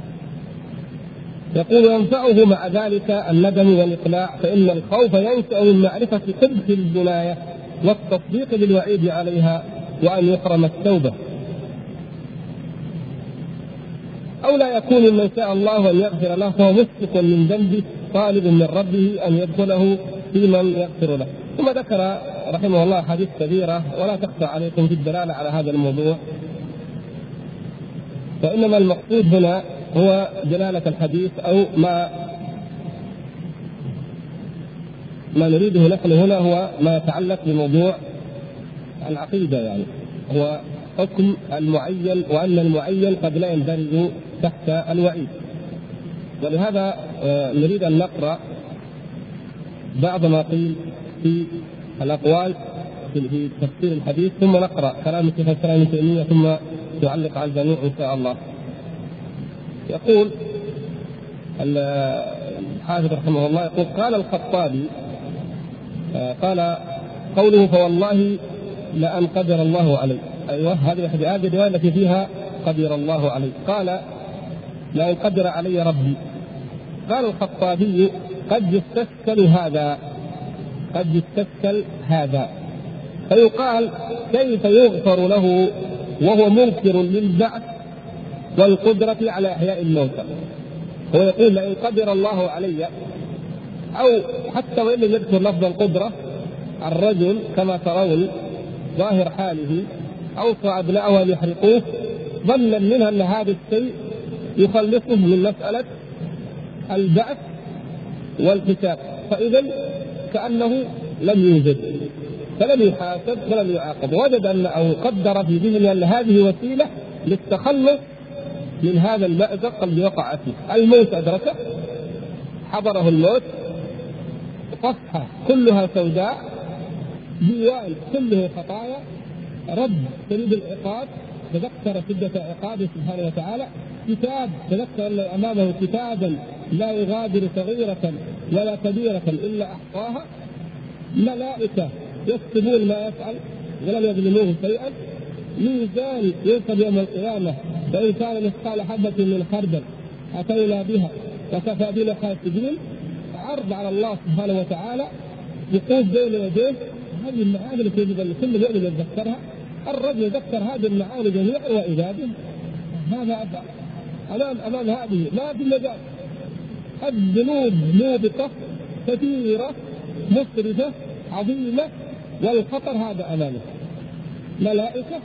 يقول ينفعه مع ذلك الندم والإقلاع، فإن الخوف ينشأ من معرفة قبح الجناية والتصديق بالوعيد عليها وأن يحرم التوبة. أو لا يكون من شاء الله أن يغفر له فهو مشفق من ذنبه طالب من ربه أن يدخله في من يغفر له. ثم ذكر رحمه الله حديث كبيرة ولا تخفى عليكم في الدلالة على هذا الموضوع، فإنما المقصود هنا هو جلالة الحديث أو ما ما نريده نحن هنا هو ما يتعلق بموضوع العقيدة، يعني هو حكم المعين وأن المعين قد لا يندرج تحت الوعيد. ولهذا نريد أن نقرأ بعض ما قيل في الأقوال في تفسير الحديث، ثم نقرأ كلام شيخ الإسلام ابن تيمية، ثم نعلق على الجميع إن شاء الله. يقول الحافظ رحمه الله يقول قال الخطابي قال قوله فوالله لأن قدر الله عليه، أيوة هذه هذه الرواية التي فيها قدر الله عليه، قال لأن قدر علي ربي. قال الخطابي قد يستشكل هذا قد يستشكل هذا فيقال كيف يغفر له وهو منكر للبعث والقدرة على إحياء الموتى. هو يقول لئن قدر الله علي، أو حتى وإن لم يذكر لفظ القدرة، الرجل كما ترون ظاهر حاله أوصى أبنائه أن يحرقوه ظنا منها أن هذا الشيء يخلصه من مسألة البعث والحساب، فإذا كأنه لم يوجد فلم يحاسب ولم يعاقب. وجد أن أو قدر في ذهنه أن هذه وسيلة للتخلص من هذا المأزق الذي وقع فيه. الموت أدركه، حضره الموت، صفحة كلها سوداء، ديوان كله خطايا، رب شديد العقاب، تذكر شدة عقابه سبحانه وتعالى، كتاب تذكر أن أمامه كتابا لا يغادر صغيرة ولا كبيرة إلا أحصاها، ملائكة يكتبون ما يفعل ولم يظلموه شيئا، ميزان يوصل يوم القيامة فإن كان مثقال حبة من خردل أتينا بها وكفى بنا حاسبين، عرض على الله سبحانه وتعالى، وقوف بين يديه. هذه المعاني التي يجب أن كل مؤمن يتذكرها. الرجل يذكر هذه المعاني جميعا وإذا به ماذا أفعل أمام أمام هذه؟ ما في مجال. الذنوب موبقة كثيرة مسرفة عظيمة، والخطر هذا أمامه. ملائكة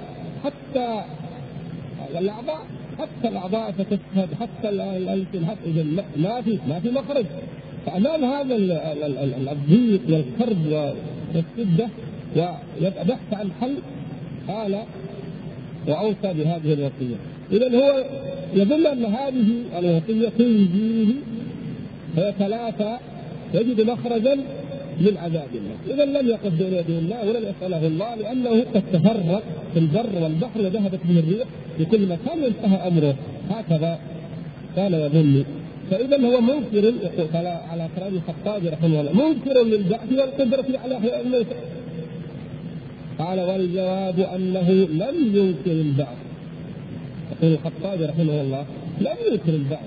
حتى الأعضاء حتى الأعضاء ستشهد، حتى الألسن، حتى إذا ما في ما في مخرج. فأمام هذا الضيق والكرب والشدة ويبقى بحث عن حل، قال وأوصى بهذه الوصية. إذا هو يظن أن هذه الوصية تنجيه فيتلافى يجد مخرجا من عذاب الله. إذا لم يقف بين يدي الله ولم يسأله الله، لأنه قد تفرق في البر والبحر وذهبت به الريح في كل مكان وانتهى أمره. هكذا كان يظن. فإذا هو منكر على كلام الخطابي رحمه الله، منكر للبعث والقدرة على إحياء الموتى. قال والجواب أنه لم ينكر البعث. يقول الخطابي رحمه الله لم ينكر البعث،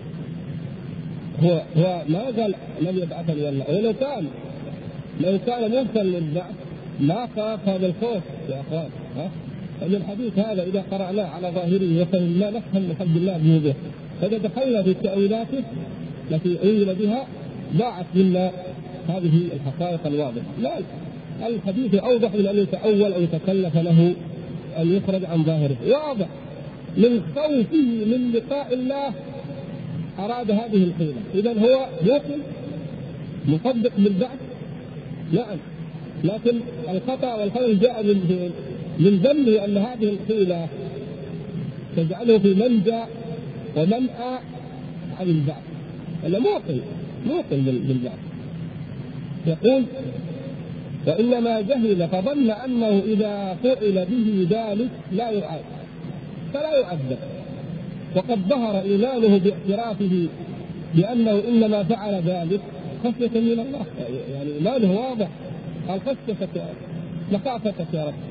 هو هو ما قال لم يبعثني الله. ولو كان لو كان منكر للبعث ما خاف هذا الخوف يا أخوان. ها أن الحديث هذا إذا قرأناه على ظاهره وفهمناه نفهم الحمد لله بوضوح. فإذا دخلنا في تأويلاته التي أويل بها ضاعت منا هذه الحقائق الواضحة. لا، الحديث أوضح من أن يتأول أو يتكلف له أن يخرج عن ظاهره، واضح من خوفه من لقاء الله أراد هذه الحيلة. إذن هو موقن مصدق بالبعث، نعم، لكن الخطأ والخوف جاء من من ذنبه أن هذه الحيلة تجعله في منجأ ومنأى عن البعث. أنا موقن موقن بالبعث. يقول وإنما جهل فظن أنه إذا فعل به ذلك لا يعاد فلا يعذب، وقد ظهر إيمانه باعترافه بأنه إنما فعل ذلك خشية من الله. يعني إيمانه واضح، قال خشيتك مخافتك يا رب.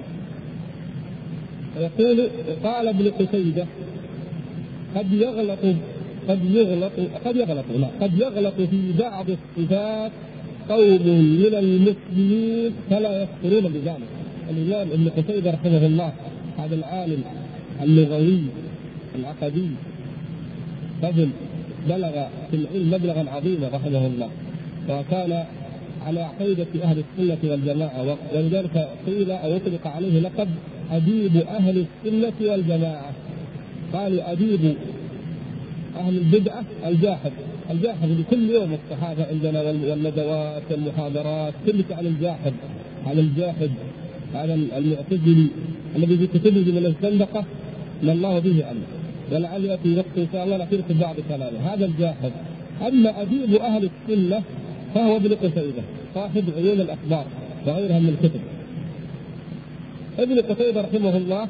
يقول قال ابن قتيبة قد يغلط قد يغلط قد يغلط لا قد يغلط في بعض الصفات قوم من المسلمين فلا يذكرون بذلك. الإمام ابن قتيبة رحمه الله هذا العالم اللغوي العقدي رجل بلغ في العلم مبلغا عظيما رحمه الله، وكان على عقيدة أهل السنة والجماعة، ولذلك قيل أو يطلق عليه لقب أديب أهل السنة والجماعة. قالوا أديب أهل البدعة الجاحد، الجاحد لكل يوم الصحافة عندنا والندوات والمحاضرات كل عن الجاحد، عن الجاحد، عن المعتزلي الذي بكتبه من الزندقة ما الله به أمر، ولعل يأتي وقت إن شاء الله نحكي في بعض كلامه. هذا الجاحد. أما أديب أهل السنة فهو ابن قتيبة صاحب عيون الأخبار وغيرها من الكتب. ابن قتيبة رحمه الله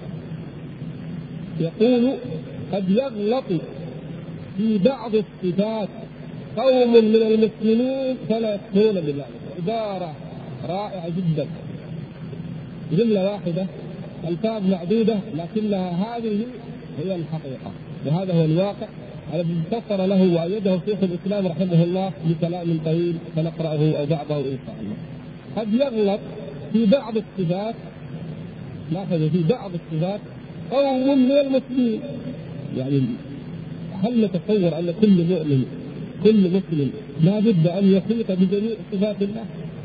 يقول قد يغلط في بعض الصفات قوم من المسلمين فلا يذكرون بذلك. عبارة رائعة جدا، جملة واحدة ألفاظ معدودة لكنها هذه هي الحقيقة، وهذا هو الواقع الذي انتصر له وأيده شيخ الإسلام رحمه الله بكلام طويل سنقرأه أو بعضه إن شاء الله. قد يغلط في بعض الصفات، لاحظوا في بعض الصفات قوم من المسلمين. يعني هل نتصور أن كل مؤمن كل مسلم لا بد أن يحيط بجميع صفات الله؟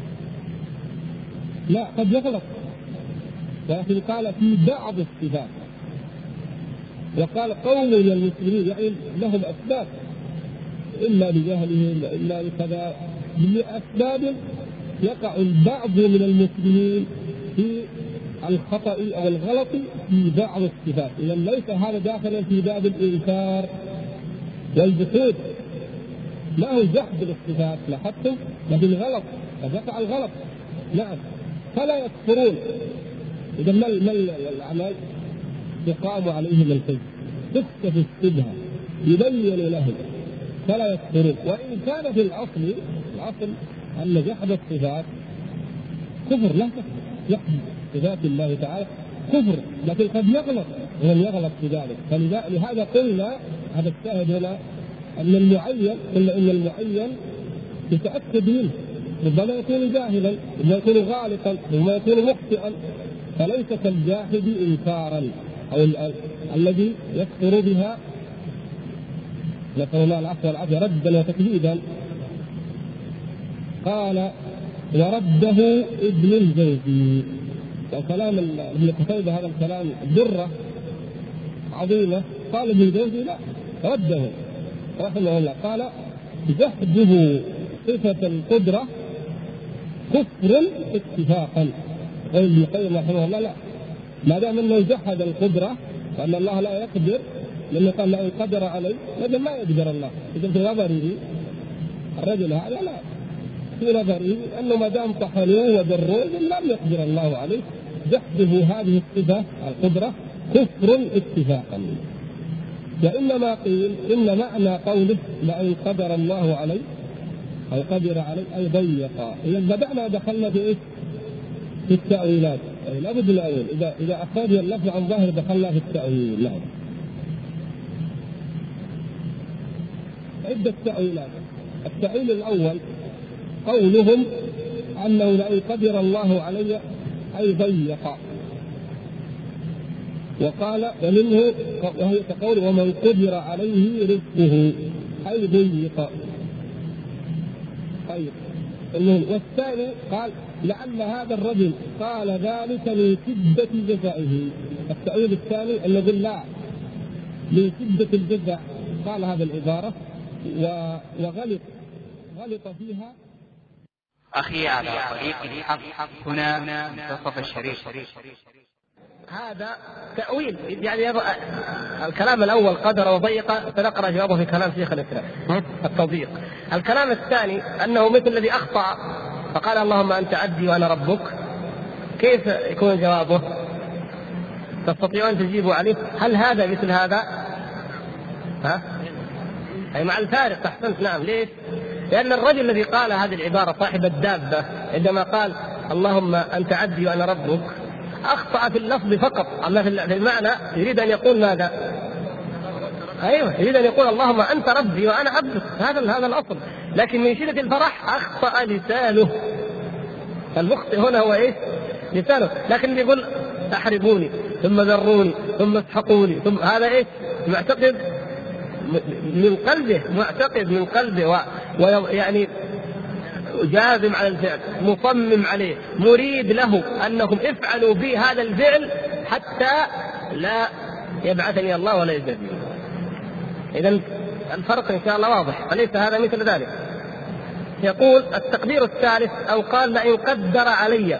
لا، قد يغلط، لكن قال في بعض الصفات، وقال قوم من المسلمين يعني لهم أسباب، إما لجهلهم وإما لكذا، لأسباب يقع البعض من المسلمين في الخطأ أو الغلط في بعض الصفات. إذا ليس هذا داخلا في باب الإنكار والجحود، ما هو جحد للصفات لاحظتم، لكن غلط قد يقع الغلط، نعم، فلا يكفرون. إذا ما الأعمال يقام عليهم الحج، تكشف الشبهة، يبين لهم فلا يكفرون. وإن كان في الأصل الأصل أن جحد الصفات كفر، لا تكفر، جحد صفات الله تعالى كفر، لكن قد يغلط ومن يغلط في ذلك. فلهذا قلنا هذا الشاهد هنا أن المعين قلنا إن المعين يتأكد منه، ربما يكون جاهلا، ربما يكون غالطا، ربما يكون مخطئا، فليس كالجاحد إنكارا أو ال ال الذي يكفر بها نسأل الله العفو والعافية ردا وتكذيبا. قال ورده ابن الجوزي، وكلام ابن قتيبة هذا الكلام درة عظيمة. قال ابن الجوزي لا، رده رحمه الله، قال جحده صفة القدرة كفر اتفاقا. قال ابن القيم رحمه الله لا، ما دام انه جحد القدرة وان الله لا يقدر، لانه قال لا قدر عليه، لكن ما يقدر الله. اذا في نظره الرجل هذا لا، في نظره انه ما دام طحنوه وضروه لم يقدر الله عليه. جحده هذه الصفة القدرة كفر اتفاقا. وإنما قيل إن معنى قوله لئن قدر الله عليه أو قدر عليه أي ضيق. إذا بدأنا دخلنا في إيه؟ في التأويلات. أي لابد من الأول إذا إذا أخرجنا اللفظ عن ظاهر دخلنا في التأويل. نعم. عدة تأويلات. التأويل الأول قولهم أنه لئن قدر الله عليه أي ضيق، وقال ومنه وهي كقول ومن قدر عليه رزقه أي ضيق. طيب والثاني قال لعل هذا الرجل قال ذلك من شدة جزائه. التأويل الثاني أن نقول لا، من شدة الجزع قال هذا العبارة وغلط غلط فيها. أخي على طريق الحق هنا منتصف الشريف. هذا تأويل، يعني الكلام الأول قدر وضيق سنقرأ جوابه في كلام شيخ الإسلام التضييق. الكلام الثاني أنه مثل الذي أخطأ فقال اللهم أنت عبدي وأنا ربك. كيف يكون جوابه؟ تستطيعون تجيبوا عليه؟ هل هذا مثل هذا؟ ها؟ أي مع الفارق. أحسنت. نعم. ليش؟ لأن الرجل الذي قال هذه العبارة صاحب الدابة عندما قال اللهم أنت عبدي وأنا ربك أخطأ في اللفظ فقط، أما في المعنى يريد أن يقول ماذا؟ أيوه، يريد أن يقول اللهم أنت ربي وأنا عبدك، هذا هذا الأصل. لكن من شدة الفرح أخطأ لسانه. المخطئ هنا هو إيش؟ لسانه. لكن بيقول أحرقوني ثم ذروني ثم اسحقوني ثم هذا إيش؟ معتقد من قلبه، معتقد من قلبه ويعني جازم على الفعل، مصمم عليه، مريد له أنكم افعلوا بي هذا الفعل حتى لا يبعثني الله ولا يجزيني. إذن الفرق إن شاء الله واضح، أليس هذا مثل ذلك؟ يقول التقدير الثالث أو قال لئن قدر علي،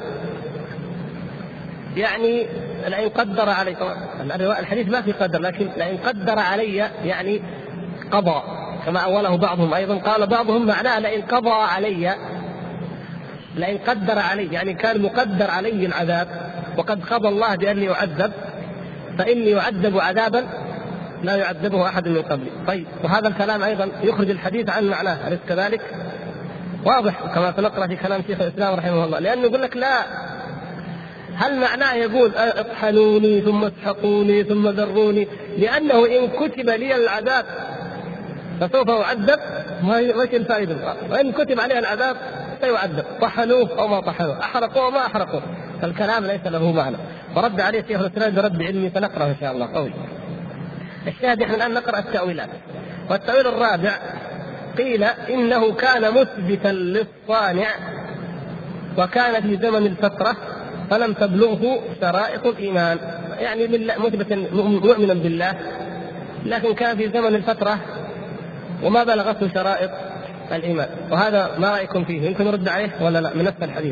يعني لئن قدر علي، طبعا الحديث ما في قدر، لكن لئن قدر علي يعني قضى، كما أوله بعضهم أيضا. قال بعضهم معناه لئن قضى علي، لئن قدر علي يعني كان مقدر علي العذاب وقد قضى الله بأني أعذب، فإني أعذب عذابا لا يعذبه أحد من قبلي. طيب، وهذا الكلام أيضا يخرج الحديث عن معناه، أليس كذلك؟ واضح كما سنقرأ في كلام شيخ الإسلام رحمه الله. لأنه يقول لك لا، هل معناه يقول اطحنوني ثم اسحقوني ثم ذروني؟ لأنه إن كتب لي العذاب فسوف أعذب، وش الفائدة؟ وإن كتب عليه العذاب سيعذب، طحنوه أو ما طحنوه، أحرقوه أو ما أحرقوه، فالكلام ليس له معنى. ورد عليه شيخ الإسلام برد علمي سنقرأ إن شاء الله قوي. الشاهد نحن الآن نقرأ التأويلات. والتأويل الرابع قيل إنه كان مثبتا للصانع وكان في زمن الفترة فلم تبلغه شرائط الإيمان، يعني مثبتا مؤمنا بالله لكن كان في زمن الفترة وما بلغته شرائط الإيمان. وهذا ما رأيكم فيه؟ يمكن نرد عليه ولا لا؟ من نفس الحديث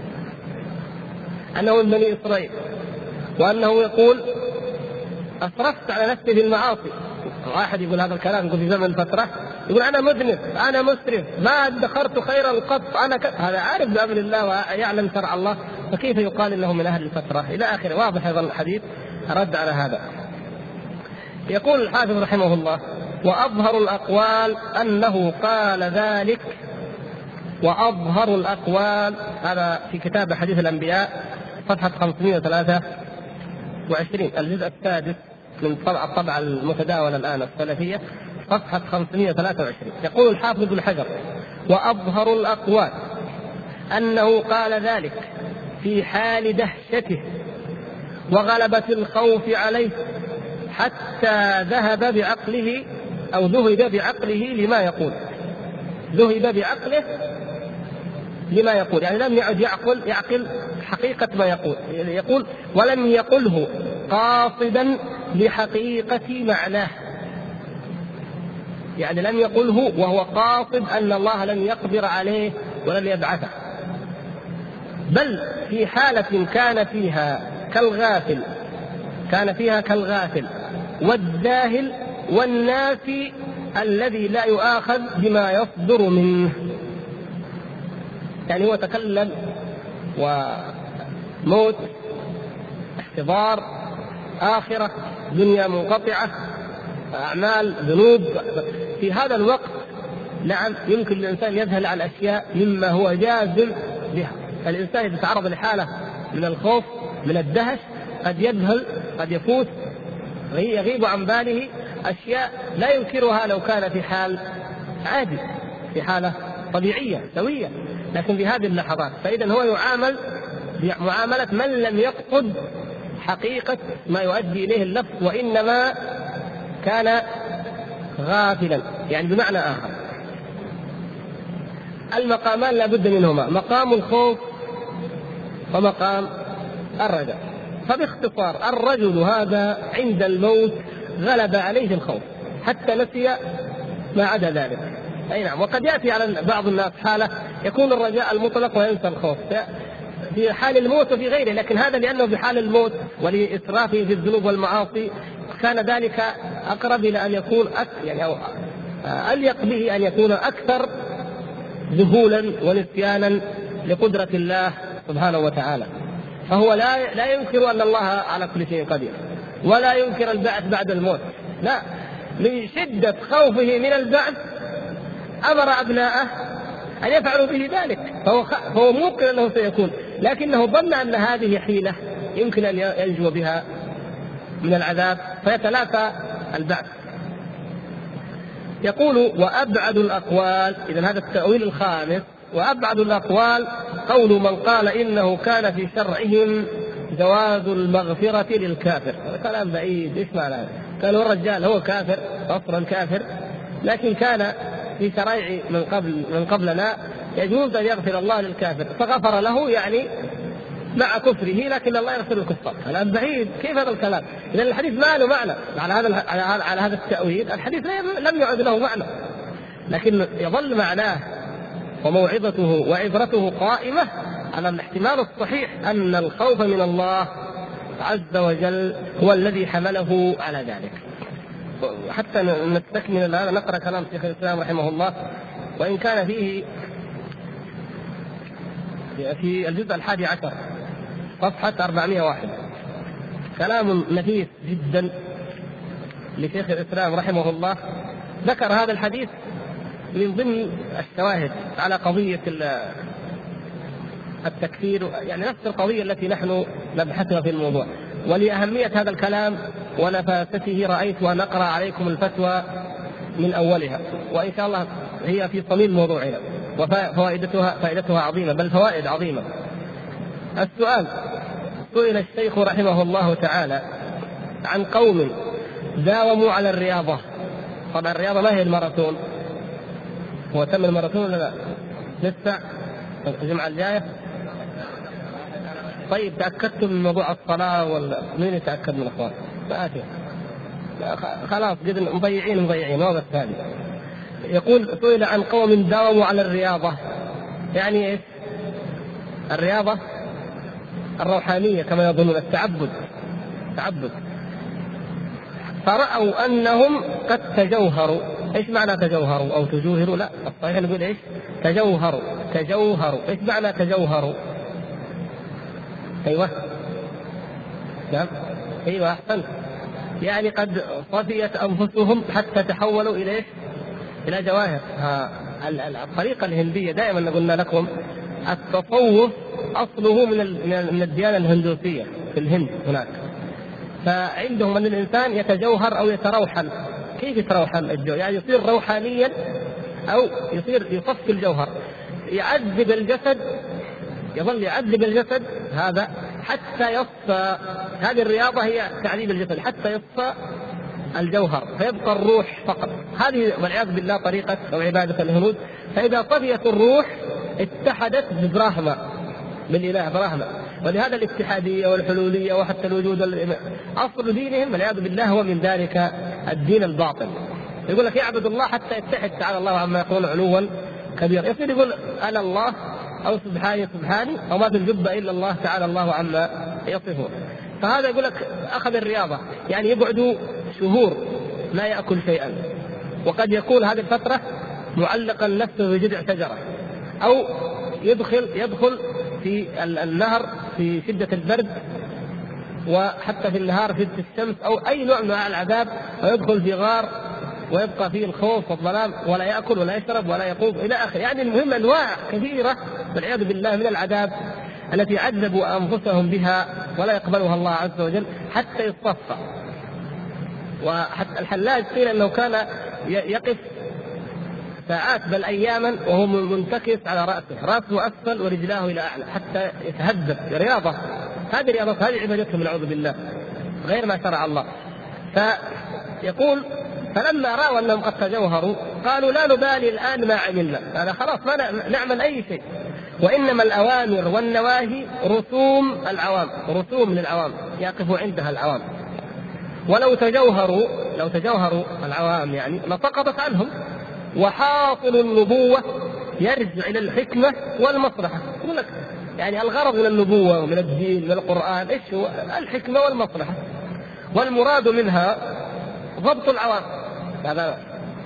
أنه من بني إسرائيل، وأنه يقول أسرفت على نفسي بالمعاصي. واحد يقول هذا الكلام يقول في زمن الفترة، يقول أنا مذنب، أنا مسرف، ما ادخرت خيرا قط، أنا ك... هذا عارف بأمر الله ويعلم شرع الله، فكيف يقال إنه من أهل الفترة إلى آخره. واضح أيضا الحديث رد على هذا. يقول الحافظ رحمه الله وأظهر الأقوال أنه قال ذلك، وأظهر الأقوال هذا في كتاب حديث الأنبياء صفحة خمسمائة وثلاثة وعشرين الجزء السادس من الطبعة المتداولة الآن السلفية صفحة خمسمائة وثلاثة وعشرين. يقول الحافظ ابن حجر وأظهر الأقوال أنه قال ذلك في حال دهشته وغلبة الخوف عليه حتى ذهب بعقله أو ذهب بعقله لما يقول، ذهب بعقله لما يقول، يعني لم يعد يعقل يعقل حقيقة ما يقول. يقول ولم يقله قاصدا لحقيقة معناه، يعني لم يقله وهو قاصد أن الله لم يقدر عليه ولم يبعثه، بل في حالة كان فيها كالغافل كان فيها كالغافل والجاهل والناسي الذي لا يؤاخذ بما يصدر منه. يعني هو تكلم وموت، احتضار، آخرة، دنيا منقطعة، أعمال، ذنوب، في هذا الوقت نعم يمكن للإنسان يذهل عن أشياء مما هو جازم بها. الإنسان إذا تعرض لحالة من الخوف من الدهش قد يذهل، قد يفوت، يغيب عن باله أشياء لا ينكرها لو كان في حال عادي، في حالة طبيعية سوية، لكن في هذه اللحظات فإذا هو يعامل معاملة من لم يقصد حقيقة ما يؤدي إليه اللفظ، وإنما كان غافلا. يعني بمعنى آخر المقامان لا بد منهما، مقام الخوف ومقام الرجاء. فباختصار الرجل هذا عند الموت غلب عليه الخوف حتى نسي ما عدا ذلك. أي نعم. وقد يأتي على بعض الناس حالة يكون الرجاء المطلق وينسى الخوف في حال الموت وفي غيره، لكن هذا لأنه في حال الموت ولإسرافه في الذنوب والمعاصي كان ذلك أقرب إلى أن يكون أك... يعني أو أليق به أن يكون أكثر ذهولا ونسيانا لقدرة الله سبحانه وتعالى. فهو لا لا ينكر أن الله على كل شيء قدير، ولا ينكر البعث بعد الموت، لا، من شدة خوفه من البعث أمر أبناءه أن يفعلوا به ذلك، فهو فهو موقن أنه سيكون، لكنه ظن أن هذه حيلة يمكن أن ينجو بها من العذاب فيتلافى البعث. يقول وأبعد الأقوال، إذن هذا التأويل الخامس، وأبعد الأقوال قول من قال إنه كان في شرعهم جواز المغفرة للكافر. كلام بعيد، إيش معناه؟ قالوا الرجال هو كافر أصلا كافر، لكن كان في شرائع من قبل من قبلنا يجوز أن يغفر الله للكافر، فغفر له يعني مع كفره، لكن الله يغفر الكفار. كلام بعيد، كيف هذا الكلام؟ إذا الحديث ما له معنى على هذا على هذا التأويل، الحديث لم يعد له معنى، لكن يظل معناه وموعظته وعبرته قائمة على الاحتمال الصحيح أن الخوف من الله عز وجل هو الذي حمله على ذلك. حتى نستكمل هذا نقرأ كلام شيخ الإسلام رحمه الله، وإن كان فيه في الجزء الحادي عشر صفحة أربعمائة وواحد كلام نفيس جدا لشيخ الإسلام رحمه الله. ذكر هذا الحديث من ضمن الشواهد على قضية التكفير، يعني نفس القضية التي نحن نبحثها في الموضوع. ولأهمية هذا الكلام ونفاسته رأيت أن أقرأ عليكم الفتوى من أولها، وإن شاء الله هي في صميم موضوعنا وفائدتها فائدتها عظيمة، بل فوائد عظيمة. السؤال: سئل الشيخ رحمه الله تعالى عن قوم داوموا على الرياضة. طبعا الرياضة ما هي الماراثون، هو تم الماراثون ولا لا؟ لسه الجمعة الجاية. طيب تأكدتم من موضوع الصلاة ولا مين يتأكد من الأخوان؟ فآتي خلاص قد مضيعين مضيعين واضح هذه. يقول سئل عن قوم داوموا على الرياضة، يعني ايش؟ الرياضة الروحانية كما يظنون، التعبد تعبد فرأوا أنهم قد تجوهروا. ايش معنى تجوهروا او تجوهروا؟ لا، الصحيح نقول ايش؟ تجوهروا تجوهروا. ايش معنى تجوهروا؟ ايوه نعم ايوه احسن، يعني قد صفيت انفسهم حتى تحولوا الى ايش؟ الى جواهر. ها الطريقة الهندية دائما قلنا لكم التصوف اصله من من الديانة الهندوسية في الهند هناك، فعندهم ان الانسان يتجوهر او يتروحن. كيف يتروحن الجوهر؟ يعني يصير روحانيا او يصير يصفي الجوهر، يعذب الجسد، يظل يعذب الجسد هذا حتى يصفى. هذه الرياضة هي تعذيب الجسد حتى يصفى الجوهر فيبقى الروح فقط. هذه والعياذ بالله طريقة أو عبادة الهنود. فإذا طفيت الروح اتحدت ببراهما، بالإله براهما، ولهذا الاتحادية والحلولية وحتى الوجود أصل دينهم والعياذ بالله هو من ذلك الدين الباطل. يقول لك يعبد الله حتى يتحد تعالى الله عما يقول علوا كبيرا، يصير يقول أنا الله أو سبحاني سبحاني أو ما في الجبة إلا الله تعالى الله عما يصفون. فهذا يقول لك أخذ الرياضة، يعني يقعدوا شهور لا يأكل شيئا، وقد يكون هذه الفترة معلقا نفسه بجذع شجرة، أو يدخل يدخل في النهر في شدة البرد وحتى في النهار في الشمس أو أي نوع من العذاب، ويدخل في غار ويبقى فيه الخوف والظلام ولا يأكل ولا يشرب ولا يقوم إلى آخره. يعني المهم أنواع كثيرة والعياذ بالله من العذاب التي عذبوا أنفسهم بها ولا يقبلها الله عز وجل حتى يصطفى. وحتى الحلاج قيل أنه كان يقف ساعات بل أياما وهو منتكس على رأسه، رأسه أسفل ورجلاه إلى أعلى حتى يتهذب. رياضة، هذه رياضة، هذه عبادتهم نعوذ بالله غير ما شرع الله. فيقول فلما رأوا أنهم قد تجوهروا قالوا لا نبالي الآن ما عملنا، هذا خلاص ما نعمل أي شيء، وإنما الأوامر والنواهي رسوم العوام، رسوم للعوام يقف عندها العوام، ولو تجوهروا لو تجوهروا العوام يعني لسقطت عنهم، وحاصل النبوة يرجع إلى الحكمة والمصلحة. يقول لك يعني الغرض من النبوة ومن الدين من القرآن إيش هو؟ الحكمة والمصلحة، والمراد منها ضبط العوام. هذا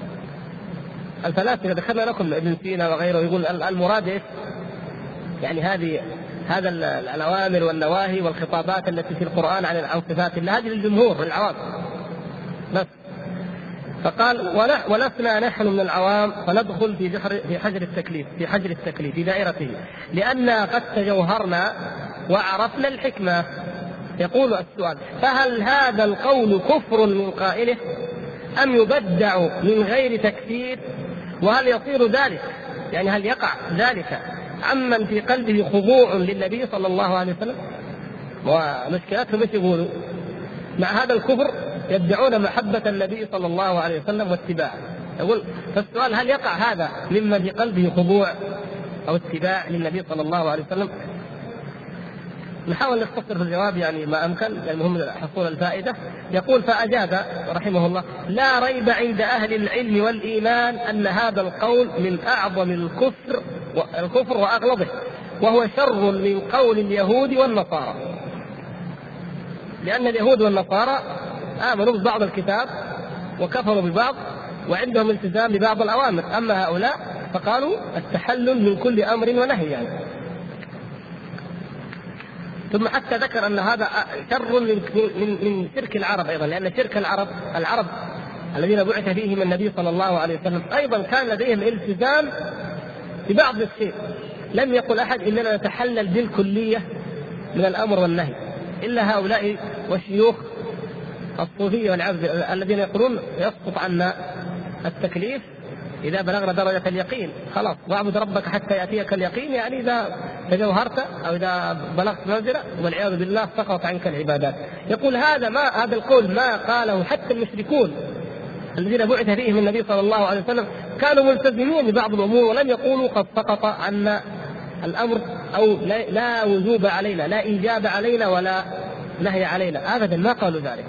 الفلاسفة ذكرنا لكم ابن سينا وغيره يقول المراد إيش؟ يعني هذه هذا الأوامر والنواهي والخطابات التي في القرآن عن عن صفات الله هذه للجمهور العوام بس. فقال ولسنا نحن من العوام فندخل في جحر في حجر التكليف في حجر التكليف في دائرته لأننا قد تجوهرنا وعرفنا الحكمة. يقول السؤال فهل هذا القول كفر من قائله أم يبدع من غير تكفير؟ وهل يصير ذلك يعني هل يقع ذلك عمن في قلبه خضوع للنبي صلى الله عليه وسلم؟ ومشكلتهم ايش يقولوا؟ مع هذا الكفر يدعون محبة النبي صلى الله عليه وسلم واتباعه. يقول فالسؤال هل يقع هذا ممن في قلبه خضوع أو اتباع للنبي صلى الله عليه وسلم؟ نحاول نختصر في الجواب يعني ما أمكن، المهم حصول الفائدة. يقول فأجاب رحمه الله لا ريب عند أهل العلم والإيمان أن هذا القول من أعظم الكفر الكفر وأغلظه، وهو شر من قول اليهود والنصارى، لأن اليهود والنصارى آمنوا ببعض الكتاب وكفروا ببعض وعندهم التزام ببعض الأوامر، أما هؤلاء فقالوا التحلل من كل أمر ونهي يعني. ثم حتى ذكر أن هذا شر من من من شرك العرب أيضا، لأن شرك العرب العرب الذين بعث فيهم النبي صلى الله عليه وسلم أيضا كان لديهم التزام ببعض الشيء. لم يقل أحد إننا نتحلل بالكلية من الأمر والنهي إلا هؤلاء والشيوخ الصوفية والعبد الذين يقولون يسقط عنا التكليف إذا بلغنا درجة اليقين، خلاص واعبد ربك حتى يأتيك اليقين، يعني إذا تجوهرت أو إذا بلغت منزلة والعياذ بالله سقط عنك العبادات. يقول هذا ما هذا القول ما قاله حتى المشركون الذين بعث فيهم النبي صلى الله عليه وسلم، كانوا ملتزمين ببعض الأمور ولم يقولوا قد سقط عنا الأمر أو لا, لا وجوب علينا، لا إيجاب علينا ولا نهي علينا، أبدا ما قالوا ذلك.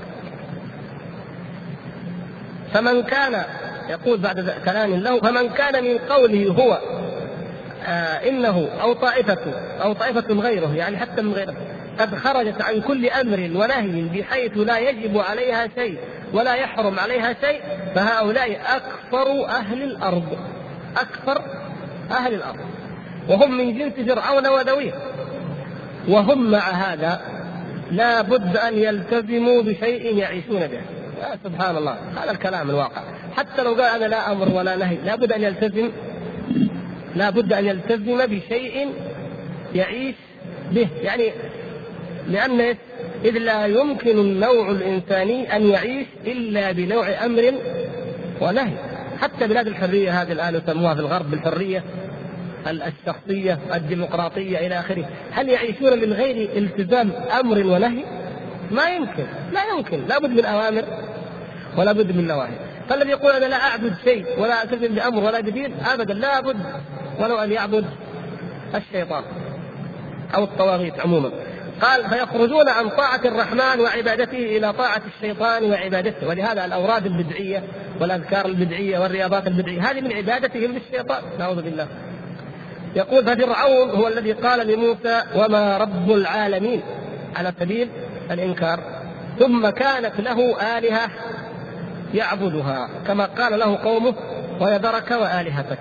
فمن كان يقول بعد كلام له فمن كان من قوله هو آه إنه أو طائفة أو طائفة غيره يعني حتى من غيره قد خرجت عن كل أمر ونهي بحيث لا يجب عليها شيء ولا يحرم عليها شيء، فهؤلاء أكثر أهل الأرض أكثر أهل الأرض وهم من جنس فرعون وذويه، وهم مع هذا لا بد أن يلتزموا بشيء يعيشون به. سبحان الله، هذا الكلام الواقع. حتى لو قال أنا لا أمر ولا نهي لا بد أن يلتزم لا بد أن يلتزم بشيء يعيش به، يعني لأن إذ لا يمكن النوع الإنساني أن يعيش إلا بنوع أمر ونهي. حتى بلاد الحرية هذه الآن يسموها في الغرب بالحرية الشخصية الديمقراطية إلى آخره، هل يعيشون من غير التزام أمر ونهي؟ ما يمكن، لا يمكن، لا بد من أوامر ولا بد من نواهي. فالذي يقول أنا لا أعبد شيء ولا ألتزم بأمر ولا بدين أبدا، لا بد ولو أن يعبد الشيطان أو الطواغيت عموما. قال فيخرجون عن طاعة الرحمن وعبادته إلى طاعة الشيطان وعبادته. ولهذا الأوراد البدعية والأذكار البدعية والرياضات البدعية هذه من عبادتهم للشيطان، نعوذ بالله. يقول ففرعون هو الذي قال لموسى وما رب العالمين على سبيل الإنكار، ثم كانت له آلهة يعبدها كما قال له قومه ويذرك وآلهتك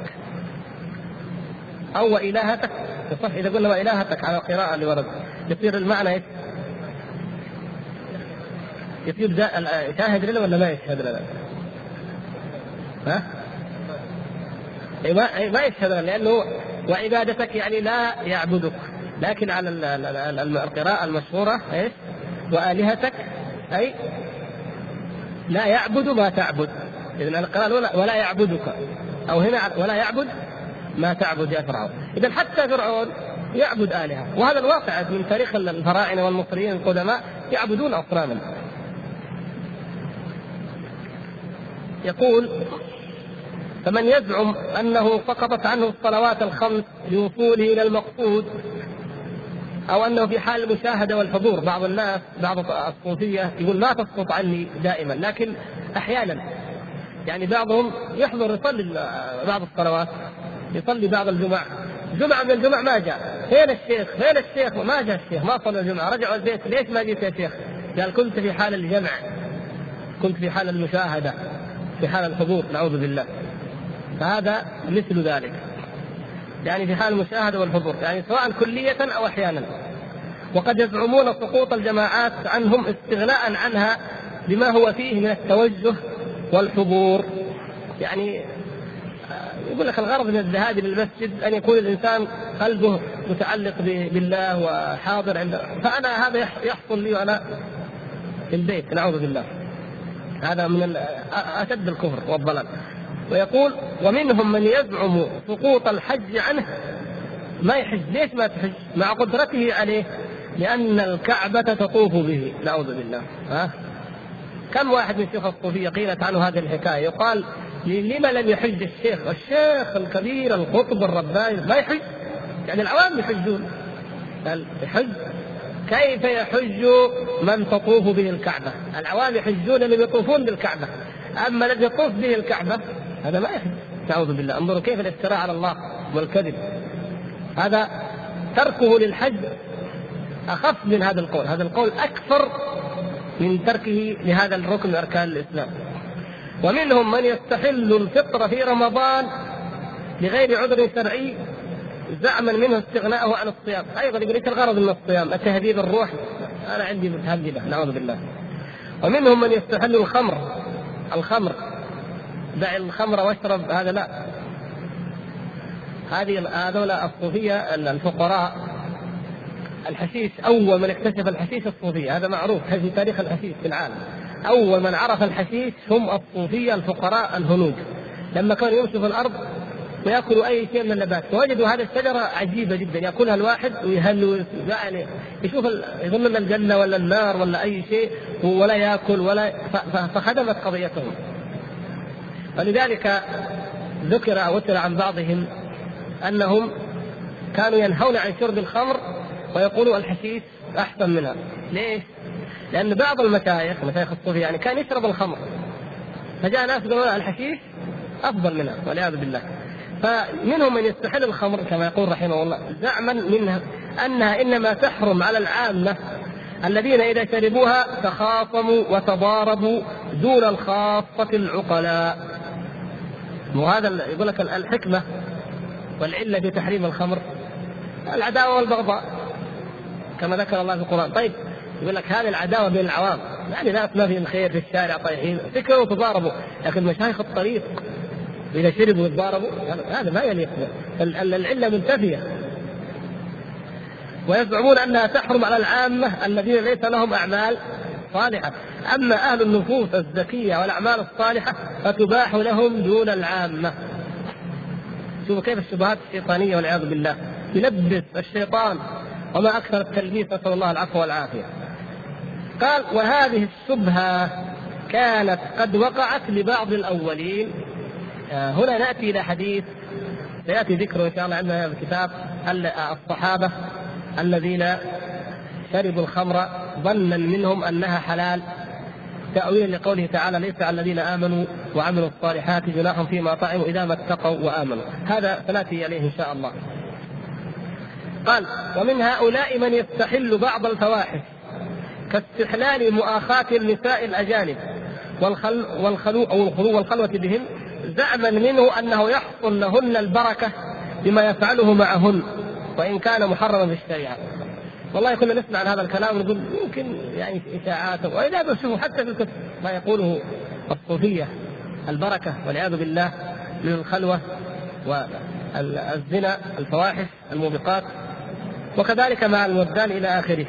أو وإلهتك. صح إذا قلنا وإلهتك على القراءة اللي ورد يصير المعنى إيه؟ يصير يشاهد لنا ولا ما يشهد لنا؟ ها؟ ما يشهد لنا لأنه وعبادتك يعني لا يعبدك، لكن على القراءة المشهورة إيش؟ وآلهتك أي لا يعبد ما تعبد. إذن القراءة ولا يعبدك، أو هنا ولا يعبد ما تعبد يا فرعون. إذن حتى فرعون يعبد آلهة، وهذا الواقع من تاريخ الفراعنة والمصريين القدماء يعبدون أصناما. يقول فمن يزعم أنه سقطت عنه الصلوات الخمس لوصوله إلى المقصود، أو أنه في حال المشاهدة والحضور. بعض الناس بعض الصوفية يقول ما تسقط عني دائما، لكن أحيانا يعني بعضهم يحضر يصلي بعض الصلوات، يصلي بعض الجمع، جمعة من الجمع ما جاء، فين الشيخ فين الشيخ ما جاء الشيخ، ما صلى الجمعة، رجعوا البيت ليش ما جيت يا شيخ؟ قال كنت في حال الجمع، كنت في حال المشاهدة، في حال الحضور، نعوذ بالله. فهذا مثل ذلك، يعني في حال المشاهدة والحضور، يعني سواء كلية أو أحيانا. وقد يزعمون سقوط الجماعات عنهم استغناء عنها بما هو فيه من التوجه والحضور. يعني يقول لك الغرض من الذهاب للمسجد أن يكون الإنسان قلبه متعلق بالله وحاضر عنده، فأنا هذا يحصل لي وأنا في البيت، نعوذ بالله. هذا من أشد الكفر والضلال. ويقول ومنهم من يزعم سقوط الحج عنه، ما يحج. ليش ما تحج مع قدرته عليه؟ لأن الكعبة تطوف به، نعوذ بالله. ها؟ كم واحد من شيوخ الصوفية قيلت عنه هذه الحكاية، يقال لما لم يحج الشيخ الشيخ الكبير القطب الرباني ما يحج؟ يعني العوام يحجون، قال يحج كيف يحج من تطوف به الكعبة؟ العوام يحجون اللي يطوفون بالكعبة، أما الذي يطوف به الكعبة هذا ما يحج، نعوذ بالله. انظروا كيف الافتراء على الله والكذب. هذا تركه للحج أخف من هذا القول، هذا القول أكثر من تركه لهذا الركن من أركان الإسلام. ومنهم من يستحل الفطر في رمضان لغير عذر شرعي زعما منه استغناءه عن الصيام. أيضا يقول لك الغرض من الصيام التهذيب الروح، أنا عندي متهذبة، نعوذ بالله. ومنهم من يستحل الخمر، الخمر دع الخمر واشرب، هذا لا. هذه هذول الصوفية الفقراء. الحشيش أول من اكتشف الحشيش الصوفية، هذا معروف في تاريخ الحشيش في العالم. أول من عرف الحشيش هم الصوفية الفقراء الهنود، لما كانوا يمشوا في الأرض ويأكلوا أي شيء من النبات، فوجدوا هذه الشجرة عجيبة جدا يأكلها الواحد ويهل يعني يشوف يظن أن الجنة ولا النار ولا أي شيء ولا يأكل ولا، فخدمت قضيتهم. ولذلك ذكر أو وتر عن بعضهم أنهم كانوا ينهون عن شرب الخمر ويقولوا الحشيش أحسن منها. ليش؟ لأن بعض المشايخ مشايخ الصوفية يعني كان يشرب الخمر، فجاء ناس يقولون الحشيش أفضل منها والعياذ بالله. فمنهم من يستحل الخمر كما يقول رحمه الله زعما منها أنها إنما تحرم على العامة الذين إذا شربوها تخاصموا وتضاربوا دون الخاصة العقلاء. وهذا يقول لك الحكمة والعلة في تحريم الخمر العداوة والبغضاء كما ذكر الله في القرآن. طيب يقول لك هذه العداوة بين العوام، يعني ناس ما فيهم خير في الشارع طايحين فكروا وتضاربوا، لكن مشايخ الطريق إذا شربوا وتضاربوا هذا ما يليق، العلة منتفية. ويزعمون أنها تحرم على العامة الذين ليس لهم أعمال صالحة، أما أهل النفوس الزكية والأعمال الصالحة فتباح لهم دون العامة. شوفوا كيف الشبهات الشيطانية والعياذ بالله يلبس الشيطان، وما أكثر التلبيس، نسأل الله العفو والعافية. قال وهذه الشبهة كانت قد وقعت لبعض الأولين. هنا نأتي إلى حديث سيأتي ذكره إن شاء الله عندنا في الكتاب الصحابة الذين شربوا الخمر ظنا منهم أنها حلال، تأويل لقوله تعالى ليس على الذين آمنوا وعملوا الصالحات جناح فيما طعموا إذا ما اتقوا وآمنوا. هذا سنأتي عليه إن شاء الله. قال ومن هؤلاء من يستحل بعض الفواحش كاستحلال مؤاخاة النساء الأجانب والخل والخلو أو الخلو والخلوة بهم زعما منه أنه يحصل لهن البركة بما يفعله معهن وإن كان محرما في الشريعة. والله كنا نسمع عن هذا الكلام ونقول يمكن يعني إشاعات، وإذا بشوفوا حتى في ما يقوله الصوفية البركة والعياذ بالله من الخلوة والزنا الفواحش الموبقات، وكذلك مع المردان إلى آخره.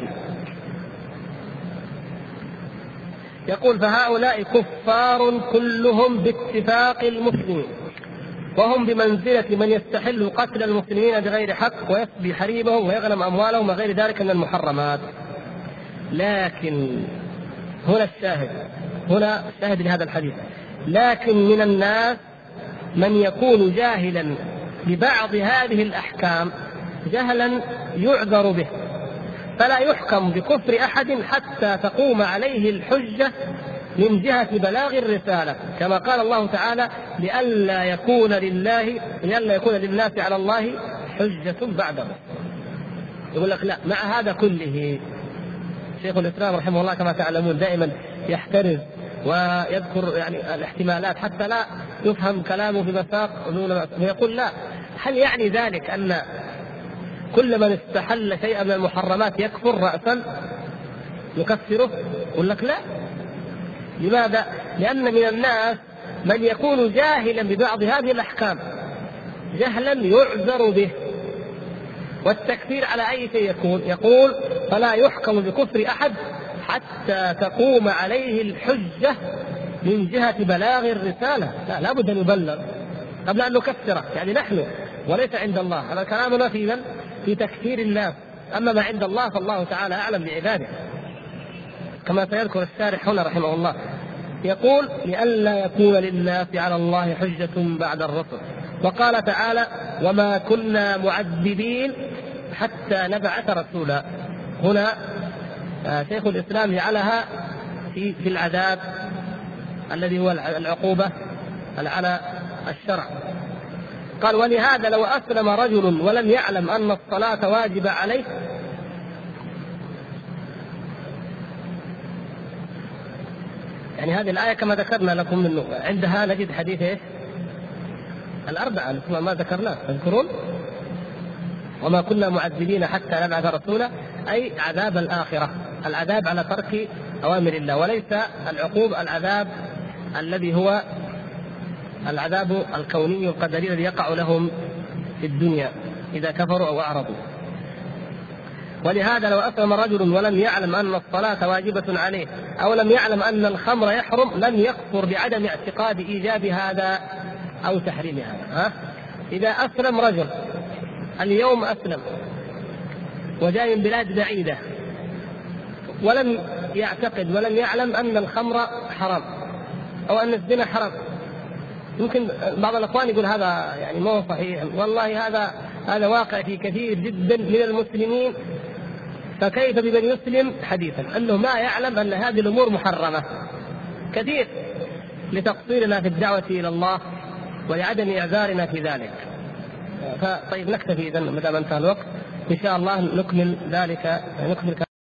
يقول فهؤلاء كفار كلهم باتفاق المسلمين، وهم بمنزلة من يستحل قتل المسلمين بغير حق ويسبي حريمهم ويغنم أموالهم وغير ذلك من المحرمات. لكن هنا الشاهد، هنا الشاهد لهذا الحديث، لكن من الناس من يكون جاهلا ببعض هذه الأحكام جهلا يعذر به، فلا يحكم بكفر أحد حتى تقوم عليه الحجة من جهة بلاغ الرسالة، كما قال الله تعالى لئلا يكون لله لئلا يكون للناس على الله حجة بعده. يقول لك لا، مع هذا كله شيخ الإسلام رحمه الله كما تعلمون دائما يحترز ويذكر يعني الاحتمالات حتى لا يفهم كلامه في مساق، ويقول لا، هل يعني ذلك أن كل من استحل شيئا من المحرمات يكفر رأسا يكفره؟ يقول لك لا. لماذا؟ لأن من الناس من يكون جاهلا ببعض هذه الأحكام جهلا يعذر به، والتكفير على أي شيء يكون؟ يقول فلا يحكم بكفر أحد حتى تقوم عليه الحجة من جهة بلاغ الرسالة. لا، لابد أن يبلغ قبل أن نكفره، يعني نحن وليس عند الله. هذا كلامنا في من؟ في تكفير الناس، أما ما عند الله فالله تعالى أعلم بعباده، كما سيذكر الشارح هنا رحمه الله. يقول لئلا يكون للناس على الله حجة بعد الرسل. وقال تعالى وما كنا معذبين حتى نبعث رسولا. هنا شيخ الإسلام جعلها في في العذاب الذي هو العقوبة على الشرع. قال ولهذا لو أسلم رجل ولم يعلم أن الصلاة واجبة عليه يعني هذه الآية كما ذكرنا لكم منه عندها نجد حديث إيه؟ الأربعة ما ذكرناه تذكرون؟ وما كنا معذبين حتى نبعث رسولا، أي عذاب الآخرة، العذاب على ترك أوامر الله، وليس العقوب العذاب الذي هو العذاب الكوني القدري الذي يقع لهم في الدنيا إذا كفروا أو أعرضوا. ولهذا لو أسلم رجل ولم يعلم أن الصلاة واجبة عليه أو لم يعلم أن الخمر يحرم لم يكفر بعدم اعتقاد إيجاب هذا أو تحريم هذا. ها؟ إذا أسلم رجل اليوم أسلم وجاء من بلاد بعيدة ولم يعتقد ولم يعلم أن الخمر حرام أو أن الزنا حرام، يمكن بعض الأخوان يقول هذا يعني ما هو صحيح، والله هذا هذا واقع في كثير جدا من المسلمين، فكيف بمن يسلم حديثا أنه ما يعلم أن هذه الأمور محرمة؟ كثير لتقصيرنا في الدعوة إلى الله ولعدم إعذارنا في ذلك. فطيب نكتفي إذن ما دام انتهى الوقت، إن شاء الله نكمل ذلك نكمل